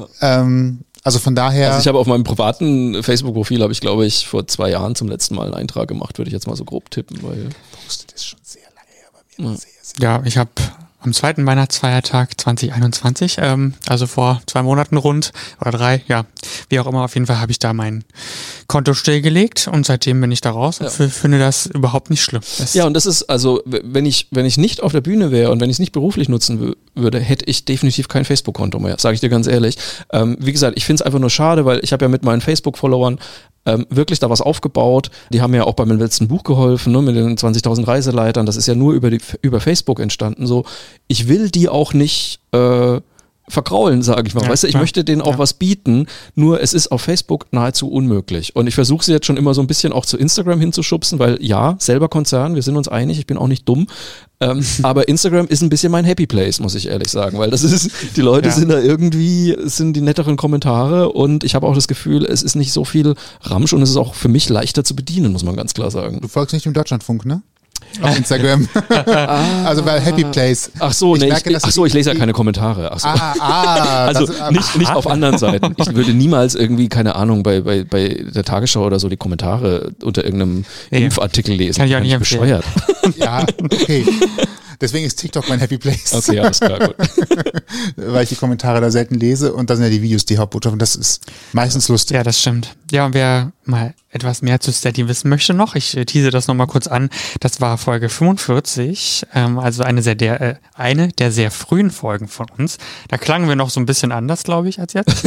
Ähm, Also von daher. Also ich habe auf meinem privaten Facebook-Profil, habe ich glaube ich vor zwei Jahren zum letzten Mal einen Eintrag gemacht, würde ich jetzt mal so grob tippen, weil. Postet ist schon sehr lange her bei mir. Ja, sehr, sehr ja ich habe am zweiten Weihnachtsfeiertag zwanzig einundzwanzig, ähm, also vor zwei Monaten rund oder drei, ja, wie auch immer, auf jeden Fall habe ich da mein Konto stillgelegt und seitdem bin ich da raus und ja. finde das überhaupt nicht schlimm. Das ja, und das ist, also, wenn ich, wenn ich nicht auf der Bühne wäre und wenn ich es nicht beruflich nutzen w- würde, hätte ich definitiv kein Facebook-Konto mehr, sage ich dir ganz ehrlich. Ähm, wie gesagt, ich finde es einfach nur schade, weil ich habe ja mit meinen Facebook-Followern Ähm, wirklich da was aufgebaut. Die haben ja auch bei meinem letzten Buch geholfen, ne, mit den zwanzigtausend Reiseleitern. Das ist ja nur über, die, über Facebook entstanden. So, ich will die auch nicht äh, verkraulen, sage ich mal. Ja, weißt du, ich ja, möchte denen auch ja. was bieten, nur es ist auf Facebook nahezu unmöglich. Und ich versuche sie jetzt schon immer so ein bisschen auch zu Instagram hinzuschubsen, weil ja, selber Konzern, wir sind uns einig, ich bin auch nicht dumm. Ähm, aber Instagram ist ein bisschen mein Happy Place, muss ich ehrlich sagen, weil das ist, die Leute ja. sind da irgendwie, es sind die netteren Kommentare und ich habe auch das Gefühl, es ist nicht so viel Ramsch und es ist auch für mich leichter zu bedienen, muss man ganz klar sagen. Du folgst nicht dem Deutschlandfunk, ne? Auf Instagram. Also bei Happy Place. Ach so, ich nee, merke, ich, ach so, ich lese ja keine Kommentare. Ach so. Ah, ah, also das, nicht, nicht auf anderen Seiten. Ich würde niemals irgendwie, keine Ahnung, bei, bei, bei der Tagesschau oder so die Kommentare unter irgendeinem nee, Impfartikel lesen. Kann ich auch nicht bescheuert. Ja, okay. Deswegen ist TikTok mein Happy Place. Okay, alles klar, gut. Weil ich die Kommentare da selten lese und da sind ja die Videos die Hauptbotschaft und das ist meistens lustig. Ja, das stimmt. Ja, und wer mal etwas mehr zu Steady wissen möchte noch, ich äh, tease das nochmal kurz an, das war Folge fünfundvierzig, ähm, also eine, sehr der, äh, eine der sehr frühen Folgen von uns. Da klangen wir noch so ein bisschen anders, glaube ich, als jetzt.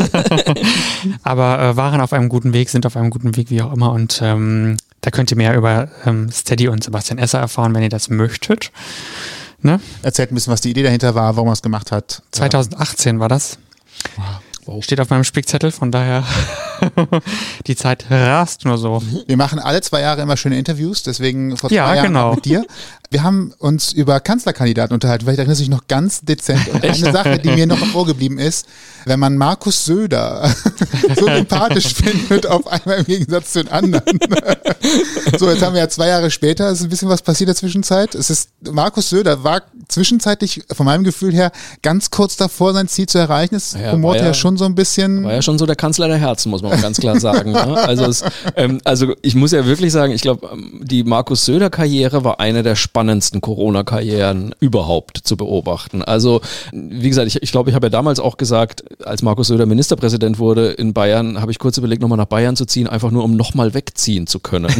Aber äh, waren auf einem guten Weg, sind auf einem guten Weg, wie auch immer und ähm, da könnt ihr mehr über ähm, Steady und Sebastian Esser erfahren, wenn ihr das möchtet. Ne? Erzählt ein bisschen, was die Idee dahinter war, warum er es gemacht hat. zwanzig achtzehn war das. Wow. Steht auf meinem Spickzettel, von daher. Die Zeit rast nur so. Wir machen alle zwei Jahre immer schöne Interviews, deswegen vor zwei ja, Jahren genau. mit dir. Wir haben uns über Kanzlerkandidaten unterhalten, weil ich erinnere mich noch ganz dezent. Und eine Sache, die mir noch vorgeblieben ist, wenn man Markus Söder so sympathisch findet, auf einmal im Gegensatz zu den anderen. So, jetzt haben wir ja zwei Jahre später, ist ein bisschen was passiert in der Zwischenzeit. Es ist, Markus Söder war zwischenzeitlich, von meinem Gefühl her, ganz kurz davor, sein Ziel zu erreichen. Es ja, rumort ja, ja schon so ein bisschen. War ja schon so der Kanzler der Herzen, muss man mal ganz klar sagen. Ne? Also, es, ähm, also ich muss ja wirklich sagen, ich glaube, die Markus Söder-Karriere war eine der spannendsten Corona-Karrieren überhaupt zu beobachten. Also wie gesagt, ich, ich glaube, ich habe ja damals auch gesagt, als Markus Söder Ministerpräsident wurde in Bayern, habe ich kurz überlegt, nochmal nach Bayern zu ziehen, einfach nur um nochmal wegziehen zu können.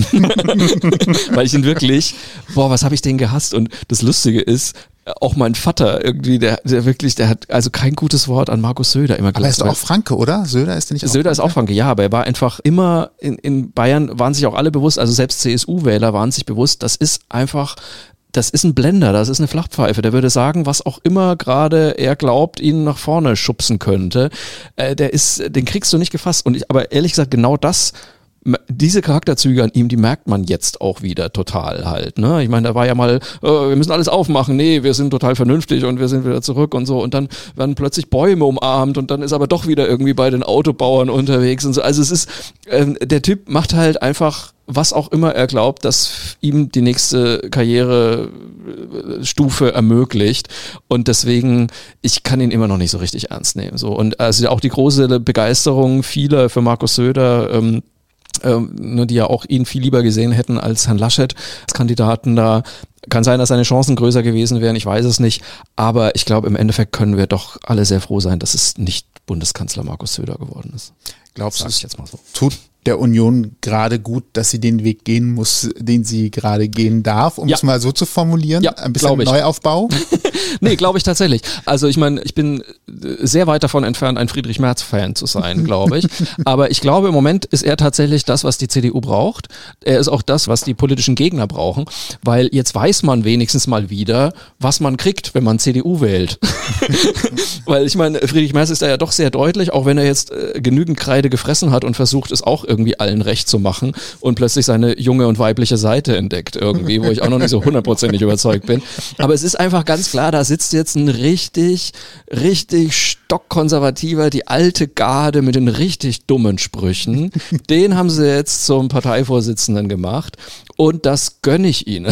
Weil ich ihn wirklich, boah, was habe ich den gehasst? Und das Lustige ist, auch mein Vater irgendwie, der, der wirklich, der hat also kein gutes Wort an Markus Söder immer gesagt. Aber er ist doch auch Franke, oder? Söder ist der nicht auch Söder Franke? ist auch Franke, ja, aber er war einfach immer, in, in Bayern waren sich auch alle bewusst, also selbst C S U-Wähler waren sich bewusst, das ist einfach, das ist ein Blender, das ist eine Flachpfeife, der würde sagen, was auch immer gerade er glaubt, ihn nach vorne schubsen könnte, äh, der ist, den kriegst du nicht gefasst. Und ich, aber ehrlich gesagt, genau das, diese Charakterzüge an ihm, die merkt man jetzt auch wieder total halt. Ne? Ich meine, da war ja mal, äh, wir müssen alles aufmachen, nee, wir sind total vernünftig und wir sind wieder zurück und so. Und dann werden plötzlich Bäume umarmt und dann ist aber doch wieder irgendwie bei den Autobauern unterwegs und so. Also es ist, ähm, der Typ macht halt einfach, was auch immer er glaubt, dass ihm die nächste Karrierestufe ermöglicht. Und deswegen, ich kann ihn immer noch nicht so richtig ernst nehmen. So. Und also auch die große Begeisterung vieler für Markus Söder, ähm, Ähm, die ja auch ihn viel lieber gesehen hätten als Herrn Laschet als Kandidaten da. Kann sein, dass seine Chancen größer gewesen wären, ich weiß es nicht. Aber ich glaube, im Endeffekt können wir doch alle sehr froh sein, dass es nicht Bundeskanzler Markus Söder geworden ist. Glaubst du, Sag ich es jetzt mal so. tut der Union gerade gut, dass sie den Weg gehen muss, den sie gerade gehen darf, um Ja. es mal so zu formulieren? Ja, ein bisschen glaub ich. Neuaufbau? Nee, glaube ich tatsächlich. Also ich meine, ich bin sehr weit davon entfernt, ein Friedrich-Merz-Fan zu sein, glaube ich. Aber ich glaube, im Moment ist er tatsächlich das, was die C D U braucht. Er ist auch das, was die politischen Gegner brauchen, weil jetzt weiß man wenigstens mal wieder, was man kriegt, wenn man C D U wählt. Weil ich meine, Friedrich Merz ist da ja doch sehr deutlich, auch wenn er jetzt äh, genügend Kreide gefressen hat und versucht, es auch irgendwie allen recht zu machen und plötzlich seine junge und weibliche Seite entdeckt irgendwie, wo ich auch noch nicht so hundertprozentig überzeugt bin. Aber es ist einfach ganz klar, da sitzt jetzt ein richtig, richtig stockkonservativer, die alte Garde mit den richtig dummen Sprüchen. Den haben sie jetzt zum Parteivorsitzenden gemacht und das gönne ich ihnen.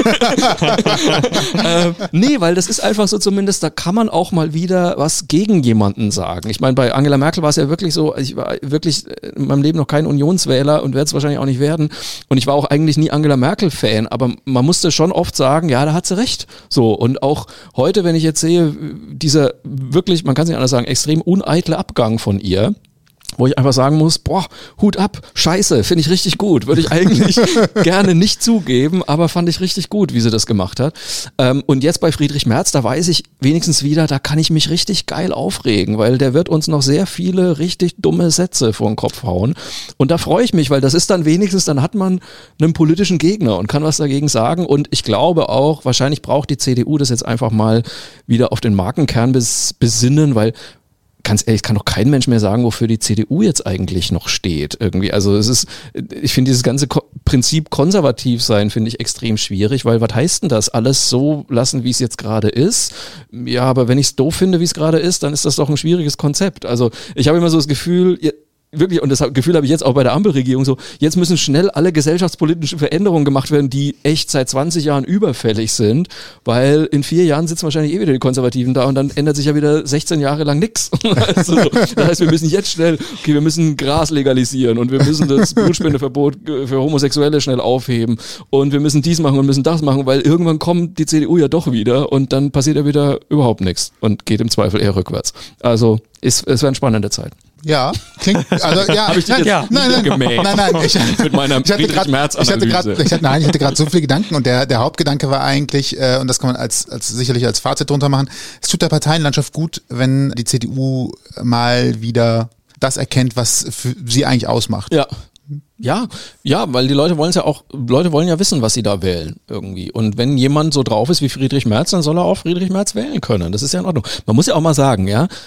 ähm, nee, weil das ist einfach so zumindest, da kann man auch mal wieder was gegen jemanden sagen. Ich meine, bei Angela Merkel war es ja wirklich so, ich war wirklich in meinem Leben noch kein Unionswähler und werde es wahrscheinlich auch nicht werden. Und ich war auch eigentlich nie Angela Merkel-Fan, aber man musste schon oft sagen, ja, da hat sie recht. So, und auch heute, wenn ich jetzt sehe, dieser wirklich, man kann es nicht anders sagen, extrem uneitle Abgang von ihr, wo ich einfach sagen muss, boah, Hut ab, scheiße, finde ich richtig gut. Würde ich eigentlich gerne nicht zugeben, aber fand ich richtig gut, wie sie das gemacht hat. Ähm, und jetzt bei Friedrich Merz, da weiß ich wenigstens wieder, da kann ich mich richtig geil aufregen, weil der wird uns noch sehr viele richtig dumme Sätze vor den Kopf hauen. Und da freue ich mich, weil das ist dann wenigstens, dann hat man einen politischen Gegner und kann was dagegen sagen. Und ich glaube auch, wahrscheinlich braucht die C D U das jetzt einfach mal wieder auf den Markenkern bes- besinnen, weil ganz ehrlich, kann doch kein Mensch mehr sagen, wofür die C D U jetzt eigentlich noch steht irgendwie. Also es ist, ich finde dieses ganze Ko- Prinzip konservativ sein, finde ich extrem schwierig, weil was heißt denn das? Alles so lassen, wie es jetzt gerade ist? Ja, aber wenn ich es doof finde, wie es gerade ist, dann ist das doch ein schwieriges Konzept. Also ich habe immer so das Gefühl, ihr, wirklich, und das Gefühl habe ich jetzt auch bei der Ampelregierung so, jetzt müssen schnell alle gesellschaftspolitischen Veränderungen gemacht werden, die echt seit zwanzig Jahren überfällig sind, weil in vier Jahren sitzen wahrscheinlich eh wieder die Konservativen da und dann ändert sich ja wieder sechzehn Jahre lang nichts. Also, das heißt, wir müssen jetzt schnell, okay, wir müssen Gras legalisieren und wir müssen das Blutspendeverbot für Homosexuelle schnell aufheben und wir müssen dies machen und müssen das machen, weil irgendwann kommt die C D U ja doch wieder und dann passiert ja wieder überhaupt nichts und geht im Zweifel eher rückwärts. Also, ist, es wäre eine spannende Zeit. Ja, klingt, also ja, Habe ich dich nein, jetzt nein, nein, gemäht? nein, nein, ich, Mit meiner ich hatte grad, Friedrich-Merz-Analyse. ich hatte gerade, ich hatte, nein, ich hatte gerade so viele Gedanken und der, der Hauptgedanke war eigentlich, äh, und das kann man als, als sicherlich als Fazit drunter machen, es tut der Parteienlandschaft gut, wenn die C D U mal wieder das erkennt, was für sie eigentlich ausmacht. Ja. Ja, ja, weil die Leute wollen es ja auch, Leute wollen ja wissen, was sie da wählen irgendwie. Und wenn jemand so drauf ist wie Friedrich Merz, dann soll er auch Friedrich Merz wählen können. Das ist ja in Ordnung. Man muss ja auch mal sagen, ja,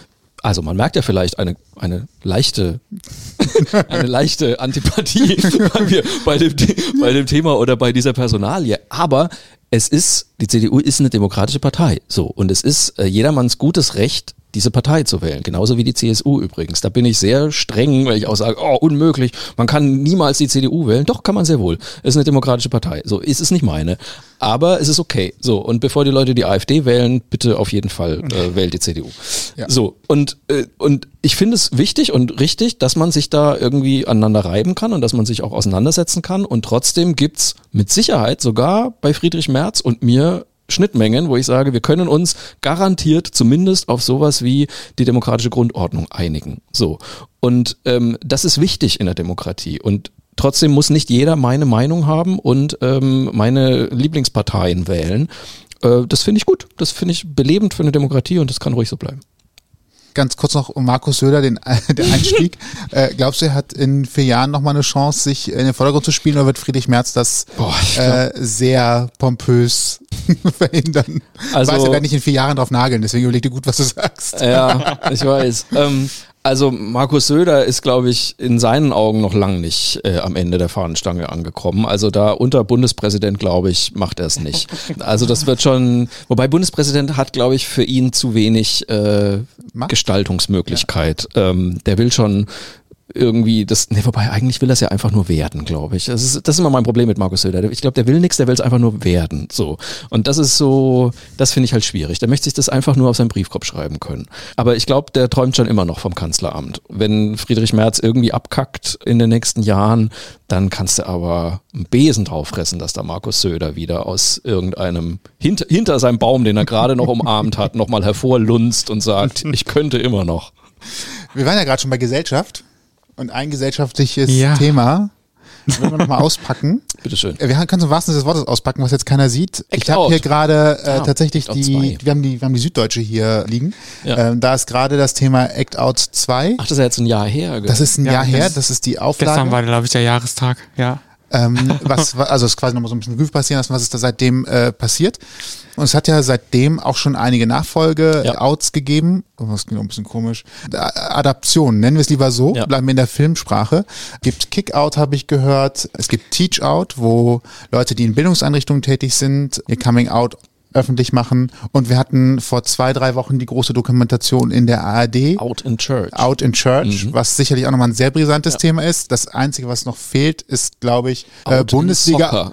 also man merkt ja vielleicht eine, eine leichte, eine leichte Antipathie bei, mir, bei, dem, bei dem Thema oder bei dieser Personalie. Aber es ist, die C D U ist eine demokratische Partei. So. Und es ist äh, jedermanns gutes Recht, diese Partei zu wählen. Genauso wie die C S U übrigens. Da bin ich sehr streng, weil ich auch sage, oh, unmöglich, man kann niemals die C D U wählen. Doch, kann man sehr wohl. Es ist eine demokratische Partei. So, ist es nicht meine. Aber es ist okay. So, und bevor die Leute die AfD wählen, bitte auf jeden Fall äh, wählt die C D U. Ja. So, und, äh, und ich finde es wichtig und richtig, dass man sich da irgendwie aneinander reiben kann und dass man sich auch auseinandersetzen kann. Und trotzdem gibt's mit Sicherheit sogar bei Friedrich Merz und mir Schnittmengen, wo ich sage, wir können uns garantiert zumindest auf sowas wie die demokratische Grundordnung einigen. So. Und ähm, das ist wichtig in der Demokratie. Und trotzdem muss nicht jeder meine Meinung haben und ähm, meine Lieblingsparteien wählen. Äh, das finde ich gut. Das finde ich belebend für eine Demokratie und das kann ruhig so bleiben. Ganz kurz noch um Markus Söder, den, der Einstieg. äh, glaubst du, er hat in vier Jahren nochmal eine Chance, sich in den Vordergrund zu spielen, oder wird Friedrich Merz das Boah, äh, sehr pompös verhindern? Also, ich weiß, er wird nicht in vier Jahren drauf nageln, deswegen überleg dir gut, was du sagst. Ja, ich weiß. ähm, Also Markus Söder ist, glaube ich, in seinen Augen noch lang nicht äh, am Ende der Fahnenstange angekommen. Also da unter Bundespräsident, glaube ich, macht er es nicht. Also das wird schon, wobei Bundespräsident hat, glaube ich, für ihn zu wenig äh, Gestaltungsmöglichkeit. Ja. Ähm, der will schon irgendwie das, ne, wobei eigentlich will er es ja einfach nur werden, glaube ich. Das ist, das ist immer mein Problem mit Markus Söder. Ich glaube, der will nichts, der will es einfach nur werden. So. Und das ist so, das finde ich halt schwierig. Der möchte sich das einfach nur auf seinen Briefkopf schreiben können. Aber ich glaube, der träumt schon immer noch vom Kanzleramt. Wenn Friedrich Merz irgendwie abkackt in den nächsten Jahren, dann kannst du aber einen Besen drauf fressen, dass da Markus Söder wieder aus irgendeinem, hinter, hinter seinem Baum, den er gerade noch umarmt hat, nochmal hervorlunzt und sagt, ich könnte immer noch. Wir waren ja gerade schon bei Gesellschaft. Und ein gesellschaftliches ja. Thema, das wollen wir nochmal auspacken. Bitteschön. Wir können zum wahrsten Sinne des Wortes auspacken, was jetzt keiner sieht. Act ich habe hier gerade äh, ah, tatsächlich die, wir haben die, wir haben die Süddeutsche hier liegen. Ja. Ähm, da ist gerade das Thema Act Out zwei. Ach, das ist ja jetzt ein Jahr her. Das ist ein ja, Jahr her, das ist die Auflage. Gestern war, glaube ich, der Jahrestag, ja. Ähm, was, also es ist quasi nochmal so ein bisschen Revue passieren lassen, was ist da seitdem äh, passiert. Und es hat ja seitdem auch schon einige Nachfolge-Outs ja. gegeben. Oh, das klingt auch ein bisschen komisch. Adaptionen, nennen wir es lieber so, ja. bleiben wir in der Filmsprache. Es gibt Kick-Out, habe ich gehört. Es gibt Teach-Out, wo Leute, die in Bildungseinrichtungen tätig sind, ihr Coming-Out öffentlich machen. Und wir hatten vor zwei, drei Wochen die große Dokumentation in der A R D. Out in Church. Out in Church, mhm. was sicherlich auch nochmal ein sehr brisantes ja. Thema ist. Das Einzige, was noch fehlt, ist, glaube ich, äh, Bundesliga.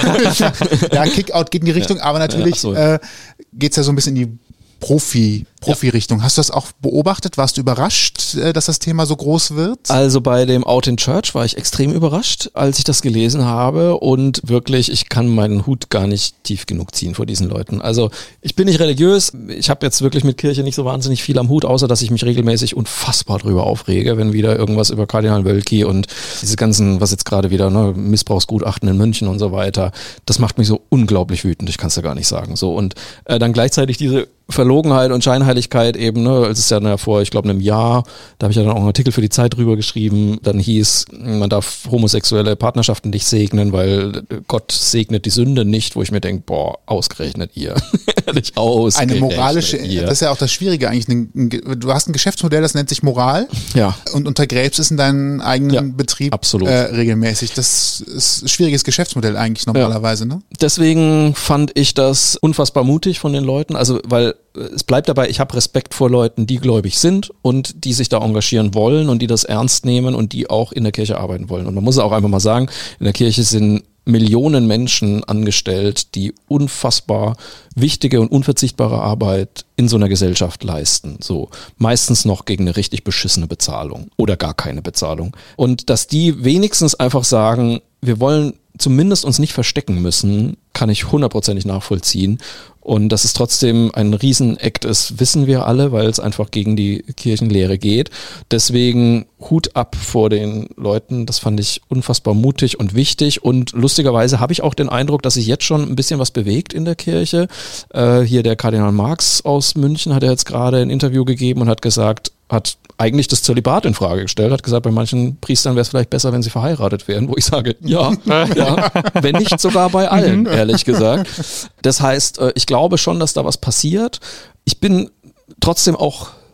Ja, Kick-Out geht in die Richtung, ja. aber natürlich ja, so. äh, geht's ja so ein bisschen in die Profi, Profi-Richtung. Ja. Hast du das auch beobachtet? Warst du überrascht, dass das Thema so groß wird? Also bei dem Out in Church war ich extrem überrascht, als ich das gelesen habe, und wirklich, ich kann meinen Hut gar nicht tief genug ziehen vor diesen Leuten. Also ich bin nicht religiös, ich habe jetzt wirklich mit Kirche nicht so wahnsinnig viel am Hut, außer dass ich mich regelmäßig unfassbar drüber aufrege, wenn wieder irgendwas über Kardinal Wölki und diese ganzen, was jetzt gerade wieder, ne, Missbrauchsgutachten in München und so weiter, das macht mich so unglaublich wütend, ich kann es ja gar nicht sagen. So, und äh, dann gleichzeitig diese Verlogenheit und Scheinheiligkeit eben, ne, es ist ja na, vor, ich glaube, einem Jahr, da habe ich ja dann auch einen Artikel für die Zeit drüber geschrieben, dann hieß, man darf homosexuelle Partnerschaften nicht segnen, weil Gott segnet die Sünde nicht, wo ich mir denke, boah, ausgerechnet ihr. Ehrlich, ausgerechnet Eine moralische, ihr. Das ist ja auch das Schwierige eigentlich, du hast ein Geschäftsmodell, das nennt sich Moral, ja. und untergräbst es in deinem eigenen ja, Betrieb absolut. Äh, regelmäßig. Das ist ein schwieriges Geschäftsmodell eigentlich normalerweise, ja. ne? Deswegen fand ich das unfassbar mutig von den Leuten, also weil es bleibt dabei, ich habe Respekt vor Leuten, die gläubig sind und die sich da engagieren wollen und die das ernst nehmen und die auch in der Kirche arbeiten wollen. Und man muss auch einfach mal sagen, in der Kirche sind Millionen Menschen angestellt, die unfassbar wichtige und unverzichtbare Arbeit in so einer Gesellschaft leisten. So, meistens noch gegen eine richtig beschissene Bezahlung oder gar keine Bezahlung. Und dass die wenigstens einfach sagen, wir wollen zumindest uns nicht verstecken müssen, kann ich hundertprozentig nachvollziehen. Und dass es trotzdem ein Riesenakt ist, wissen wir alle, weil es einfach gegen die Kirchenlehre geht. Deswegen Hut ab vor den Leuten, das fand ich unfassbar mutig und wichtig. Und lustigerweise habe ich auch den Eindruck, dass sich jetzt schon ein bisschen was bewegt in der Kirche. Äh, hier der Kardinal Marx aus München hat ja jetzt gerade ein Interview gegeben und hat gesagt, hat eigentlich das Zölibat in Frage gestellt, hat gesagt, bei manchen Priestern wäre es vielleicht besser, wenn sie verheiratet wären, wo ich sage, ja, ja, wenn nicht sogar bei allen, ehrlich gesagt. Das heißt, ich glaube schon, dass da was passiert. Ich bin trotzdem auch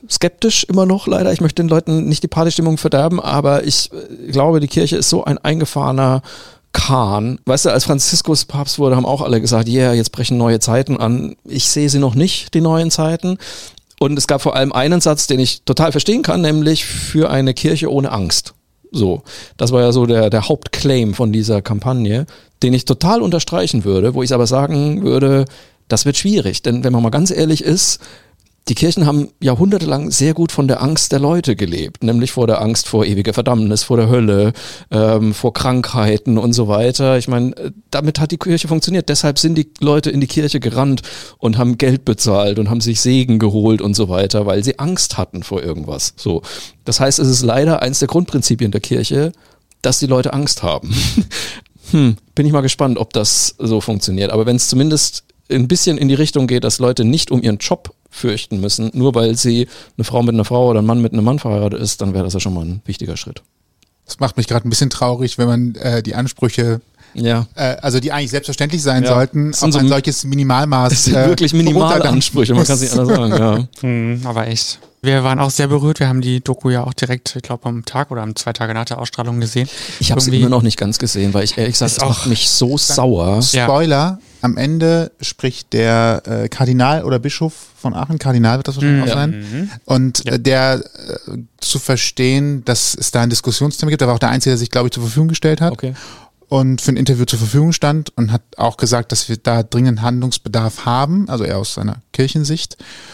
skeptisch immer noch leider. Ich möchte den Leuten nicht die Partystimmung verderben, aber ich äh, glaube, die Kirche ist so ein eingefahrener Kahn. Weißt du, als Franziskus Papst wurde, haben auch alle gesagt, ja, yeah, jetzt brechen neue Zeiten an. Ich sehe sie noch nicht, die neuen Zeiten. Und es gab vor allem einen Satz, den ich total verstehen kann, nämlich für eine Kirche ohne Angst. So, das war ja so der, der Hauptclaim von dieser Kampagne, den ich total unterstreichen würde, wo ich aber sagen würde, das wird schwierig. Denn wenn man mal ganz ehrlich ist, die Kirchen haben jahrhundertelang sehr gut von der Angst der Leute gelebt, nämlich vor der Angst vor ewiger Verdammnis, vor der Hölle, ähm, vor Krankheiten und so weiter. Ich meine, damit hat die Kirche funktioniert. Deshalb sind die Leute in die Kirche gerannt und haben Geld bezahlt und haben sich Segen geholt und so weiter, weil sie Angst hatten vor irgendwas. So, das heißt, es ist leider eins der Grundprinzipien der Kirche, dass die Leute Angst haben. hm, bin ich mal gespannt, ob das so funktioniert. Aber wenn es zumindest ein bisschen in die Richtung geht, dass Leute nicht um ihren Job fürchten müssen, nur weil sie eine Frau mit einer Frau oder ein Mann mit einem Mann verheiratet ist, dann wäre das ja schon mal ein wichtiger Schritt. Das macht mich gerade ein bisschen traurig, wenn man äh, die Ansprüche, ja. äh, also die eigentlich selbstverständlich sein ja. sollten, auf so ein solches Minimalmaß. Das sind äh, wirklich Minimalansprüche, man kann es nicht anders sagen. Ja. Hm, aber echt. Wir waren auch sehr berührt. Wir haben die Doku ja auch direkt, ich glaube, am Tag oder am zwei Tage nach der Ausstrahlung gesehen. Ich habe sie immer noch nicht ganz gesehen, weil ich ehrlich gesagt, es macht mich so sauer. Spoiler, ja. Am Ende spricht der äh, Kardinal oder Bischof von Aachen, Kardinal wird das wahrscheinlich mhm. auch sein, mhm. und ja. äh, der äh, zu verstehen, dass es da ein Diskussionsthema gibt, der war auch der Einzige, der sich, glaube ich, zur Verfügung gestellt hat. Okay. Und für ein Interview zur Verfügung stand und hat auch gesagt, dass wir da dringend Handlungsbedarf haben, also eher aus seiner Kirchensicht,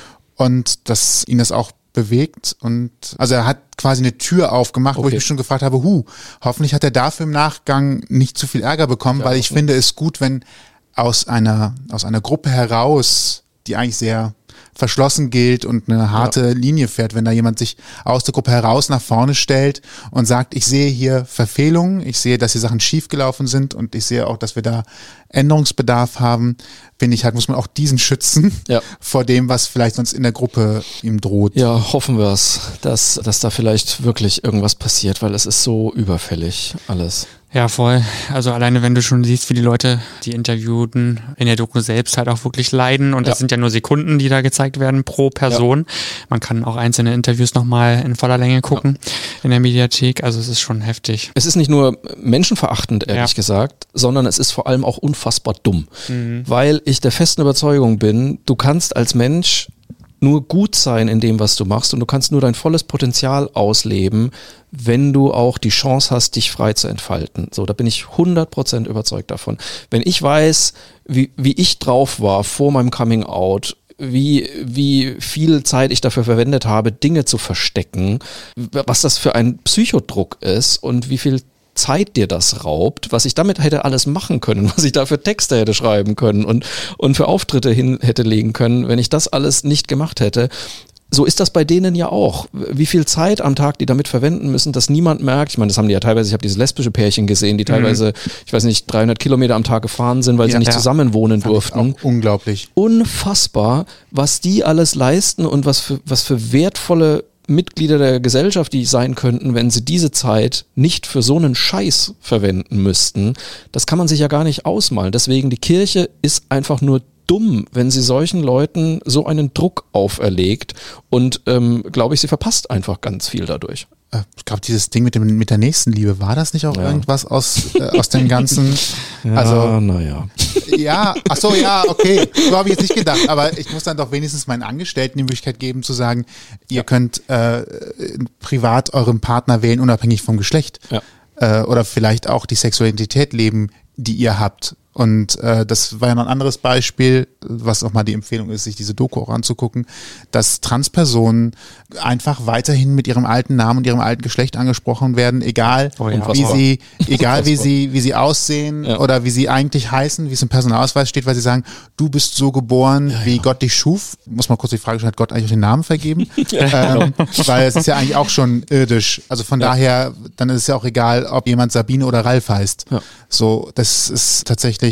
und dass ihn das auch bewegt, und also er hat quasi eine Tür aufgemacht, okay. wo ich mich schon gefragt habe, hu, hoffentlich hat er dafür im Nachgang nicht zu viel Ärger bekommen, ja, weil ich finde es gut, wenn aus einer aus einer Gruppe heraus, die eigentlich sehr verschlossen gilt und eine harte ja. Linie fährt, wenn da jemand sich aus der Gruppe heraus nach vorne stellt und sagt, ich sehe hier Verfehlungen, ich sehe, dass hier Sachen schiefgelaufen sind und ich sehe auch, dass wir da Änderungsbedarf haben, finde ich halt, muss man auch diesen schützen ja. vor dem, was vielleicht sonst in der Gruppe ihm droht. Ja, hoffen wir es, dass, dass da vielleicht wirklich irgendwas passiert, weil es ist so überfällig alles. Ja, voll. Also alleine, wenn du schon siehst, wie die Leute, die Interviewten in der Doku selbst halt auch wirklich leiden, und ja. das sind ja nur Sekunden, die da gezeigt werden pro Person. Ja. Man kann auch einzelne Interviews nochmal in voller Länge gucken ja. in der Mediathek. Also es ist schon heftig. Es ist nicht nur menschenverachtend, ehrlich ja. gesagt, sondern es ist vor allem auch unfassbar dumm. Mhm. Weil ich der festen Überzeugung bin, du kannst als Mensch nur gut sein in dem, was du machst, und du kannst nur dein volles Potenzial ausleben, wenn du auch die Chance hast, dich frei zu entfalten. So, da bin ich hundert Prozent überzeugt davon. Wenn ich weiß, wie, wie ich drauf war vor meinem Coming Out, wie, wie viel Zeit ich dafür verwendet habe, Dinge zu verstecken, was das für ein Psychodruck ist und wie viel Zeit dir das raubt, was ich damit hätte alles machen können, was ich da für Texte hätte schreiben können und, und für Auftritte hin hätte legen können, wenn ich das alles nicht gemacht hätte. So ist das bei denen ja auch. Wie viel Zeit am Tag die damit verwenden müssen, dass niemand merkt. Ich meine, das haben die ja teilweise, ich habe dieses lesbische Pärchen gesehen, die teilweise, mhm. ich weiß nicht, dreihundert Kilometer am Tag gefahren sind, weil ja, sie nicht ja. zusammen wohnen Fand durften. Unglaublich. Unfassbar, was die alles leisten und was für, was für wertvolle Mitglieder der Gesellschaft, die sein könnten, wenn sie diese Zeit nicht für so einen Scheiß verwenden müssten. Das kann man sich ja gar nicht ausmalen. Deswegen, die Kirche ist einfach nur dumm, wenn sie solchen Leuten so einen Druck auferlegt, und ähm, glaube ich, sie verpasst einfach ganz viel dadurch. Ich glaube, dieses Ding mit, dem, mit der Nächstenliebe, war das nicht auch ja. irgendwas aus, äh, aus dem Ganzen? Ja, also, naja. Ja, ach so, ja, okay. So habe ich jetzt nicht gedacht, aber ich muss dann doch wenigstens meinen Angestellten die Möglichkeit geben, zu sagen, ihr ja. könnt äh, privat euren Partner wählen, unabhängig vom Geschlecht. Ja. Äh, oder vielleicht auch die Sexualität leben, die ihr habt. Und äh, das war ja noch ein anderes Beispiel, was auch mal die Empfehlung ist, sich diese Doku auch anzugucken, dass Transpersonen einfach weiterhin mit ihrem alten Namen und ihrem alten Geschlecht angesprochen werden, egal oh ja, wie sie, egal wie sie, wie sie aussehen ja. oder wie sie eigentlich heißen, wie es im Personalausweis steht, weil sie sagen, du bist so geboren, ja, wie ja. Gott dich schuf. Muss man kurz die Frage stellen, hat Gott eigentlich auch den Namen vergeben? ja, ähm, weil es ist ja eigentlich auch schon irdisch. Also von ja. daher, dann ist es ja auch egal, ob jemand Sabine oder Ralf heißt. Ja. So, das ist tatsächlich.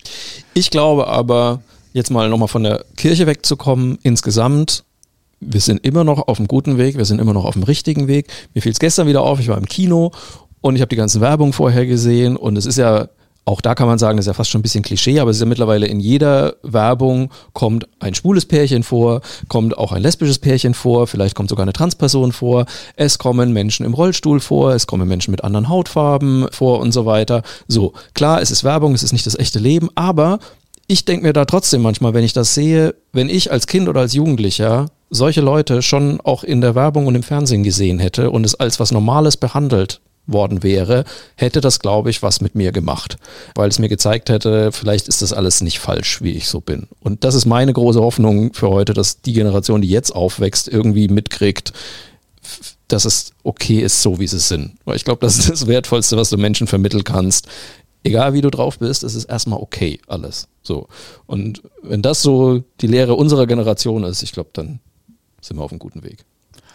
Ich glaube aber, jetzt mal nochmal von der Kirche wegzukommen, insgesamt, wir sind immer noch auf einem guten Weg, wir sind immer noch auf dem richtigen Weg. Mir fiel es gestern wieder auf, ich war im Kino und ich habe die ganzen Werbung vorher gesehen, und es ist ja Auch da kann man sagen, das ist ja fast schon ein bisschen Klischee, aber es ist ja mittlerweile in jeder Werbung kommt ein schwules Pärchen vor, kommt auch ein lesbisches Pärchen vor, vielleicht kommt sogar eine Transperson vor, es kommen Menschen im Rollstuhl vor, es kommen Menschen mit anderen Hautfarben vor und so weiter. So, klar, es ist Werbung, es ist nicht das echte Leben, aber ich denke mir da trotzdem manchmal, wenn ich das sehe, wenn ich als Kind oder als Jugendlicher solche Leute schon auch in der Werbung und im Fernsehen gesehen hätte und es als was Normales behandelt worden wäre, hätte das, glaube ich, was mit mir gemacht, weil es mir gezeigt hätte, vielleicht ist das alles nicht falsch, wie ich so bin. Und das ist meine große Hoffnung für heute, dass die Generation, die jetzt aufwächst, irgendwie mitkriegt, dass es okay ist, so wie sie sind. Weil ich glaube, das ist das Wertvollste, was du Menschen vermitteln kannst. Egal wie du drauf bist, es ist erstmal okay, alles. So. Und wenn das so die Lehre unserer Generation ist, ich glaube, dann sind wir auf einem guten Weg.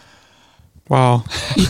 Wow.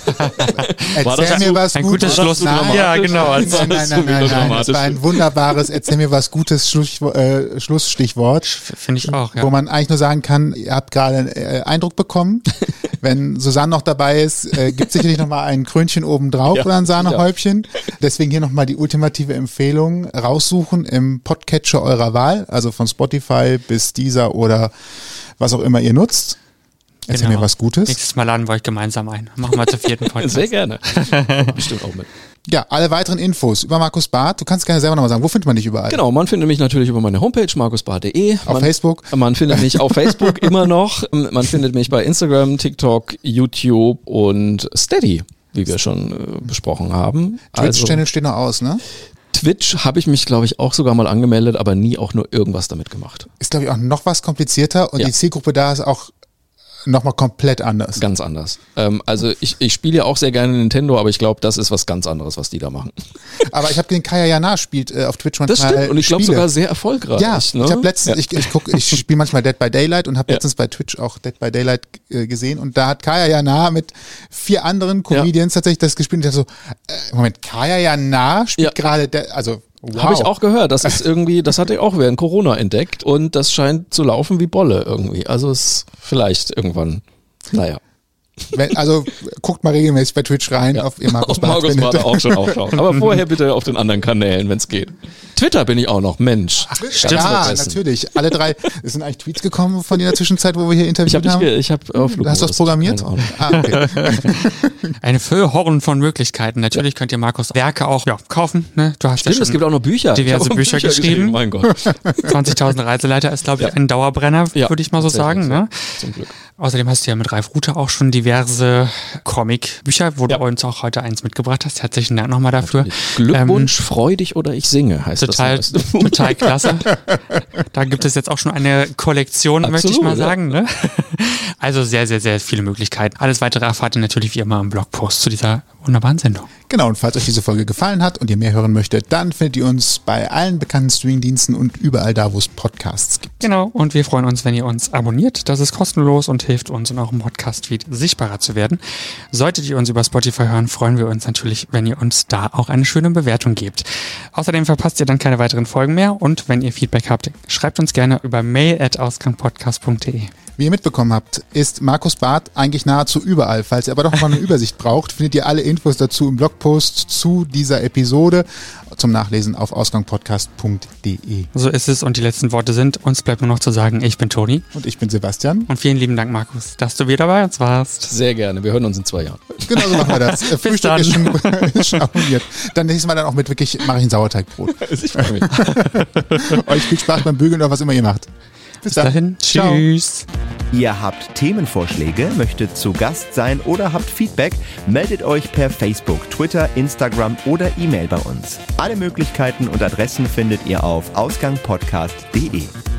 Erzähl mir was ein Gutes. Gutes Schluss. Ja, genau. Nein, nein, nein, nein, nein, nein. Das war ein wunderbares, erzähl mir was Gutes Schluss, äh, Schlussstichwort. Finde ich auch, ja. Wo man eigentlich nur sagen kann, ihr habt gerade einen äh, Eindruck bekommen. Wenn Susanne noch dabei ist, äh, gibt es sicherlich nochmal ein Krönchen oben drauf ja, oder ein Sahnehäubchen. Ja. Deswegen hier nochmal die ultimative Empfehlung. Raussuchen im Podcatcher eurer Wahl, also von Spotify bis Deezer oder was auch immer ihr nutzt. Erzähl genau. mir was Gutes. Nächstes Mal laden wir euch gemeinsam ein. Machen wir zur vierten Podcast. Sehr gerne. Bestimmt auch mit. Ja, alle weiteren Infos über Markus Barth. Du kannst gerne selber nochmal sagen, wo findet man dich überall? Genau, man findet mich natürlich über meine Homepage markus barth punkt de. Auf man, Facebook? Man findet mich auf Facebook immer noch. Man findet mich bei Instagram, TikTok, YouTube und Steady, wie wir schon äh, besprochen haben. Twitch-Channel also, steht noch aus, ne? Twitch habe ich mich, glaube ich, auch sogar mal angemeldet, aber nie auch nur irgendwas damit gemacht. Ist, glaube ich, auch noch was komplizierter und ja. die Zielgruppe da ist auch nochmal komplett anders. Ganz anders. Ähm, also ich, ich spiele ja auch sehr gerne Nintendo, aber ich glaube, das ist was ganz anderes, was die da machen. Aber ich habe den Kaya Jana spielt äh, auf Twitch manchmal. Das stimmt und ich glaube sogar sehr erfolgreich. Ja, ne? ich habe letztens, ja. ich, ich, guck, ich spiele manchmal Dead by Daylight und habe ja. letztens bei Twitch auch Dead by Daylight äh, gesehen und da hat Kaya Jana mit vier anderen Comedians ja. tatsächlich das gespielt und ich dachte so, äh, Moment, Kaya Jana spielt ja. gerade, also wow. Habe ich auch gehört. Das ist irgendwie, das hatte ich auch während Corona entdeckt und das scheint zu laufen wie Bolle irgendwie. Also es vielleicht irgendwann. Naja. Wenn, also guckt mal regelmäßig bei Twitch rein ja. auf ihr Markus Barth. Markus Barth auch schon aufschauen. Aber vorher bitte auf den anderen Kanälen, wenn es geht. Twitter bin ich auch noch, Mensch. Ach, ja, natürlich. Alle drei. Es sind eigentlich Tweets gekommen von in der Zwischenzeit, wo wir hier interviewt ich hab haben. Nicht, ich habe auf Hast du das programmiert? Ah, okay. Eine Füllhorn von Möglichkeiten. Natürlich könnt ihr Markus Werke auch ja, kaufen. Ne? Du hast Stimmt, ja es gibt auch noch Bücher. Diverse Bücher, Bücher geschrieben. geschrieben. Mein Gott. zwanzigtausend Reiseleiter ist, glaube ich, ja. ein Dauerbrenner, ja, würde ich mal so sagen. So. Ne? Zum Glück. Außerdem hast du ja mit Ralf Rute auch schon diverse Comic-Bücher, wo ja. du uns auch heute eins mitgebracht hast. Herzlichen Dank nochmal dafür. Natürlich. Glückwunsch, ähm, freudig oder ich singe, heißt total, das. Total klasse. Da gibt es jetzt auch schon eine Kollektion, Absolut, möchte ich mal sagen. Ja. Ne? Also sehr, sehr, sehr viele Möglichkeiten. Alles weitere erfahrt ihr natürlich wie immer im Blogpost zu dieser wunderbaren Sendung. Genau, und falls euch diese Folge gefallen hat und ihr mehr hören möchtet, dann findet ihr uns bei allen bekannten Streamingdiensten und überall da, wo es Podcasts gibt. Genau, und wir freuen uns, wenn ihr uns abonniert. Das ist kostenlos und hilft uns in eurem Podcast-Feed sichtbarer zu werden. Solltet ihr uns über Spotify hören, freuen wir uns natürlich, wenn ihr uns da auch eine schöne Bewertung gebt. Außerdem verpasst ihr dann keine weiteren Folgen mehr und wenn ihr Feedback habt, schreibt uns gerne über mail at ausgangpodcast punkt de. Wie ihr mitbekommen habt, ist Markus Barth eigentlich nahezu überall. Falls ihr aber doch noch mal eine Übersicht braucht, findet ihr alle Infos dazu im Blogpost zu dieser Episode zum Nachlesen auf ausgangpodcast punkt de. So ist es und die letzten Worte sind, uns bleibt nur noch zu sagen, ich bin Toni. Und ich bin Sebastian. Und vielen lieben Dank, Markus, dass du wieder bei uns warst. Sehr gerne, wir hören uns in zwei Jahren. Genau so machen wir das. Frühstück ist schon, ist schon abonniert. Dann nächstes Mal dann auch mit wirklich, mache ich ein Sauerteigbrot. Ich freue mich. Euch viel Spaß beim Bügeln oder was immer ihr macht. Bis, Bis dahin. Tschüss. Ihr habt Themenvorschläge, möchtet zu Gast sein oder habt Feedback, meldet euch per Facebook, Twitter, Instagram oder E-Mail bei uns. Alle Möglichkeiten und Adressen findet ihr auf ausgangpodcast punkt de.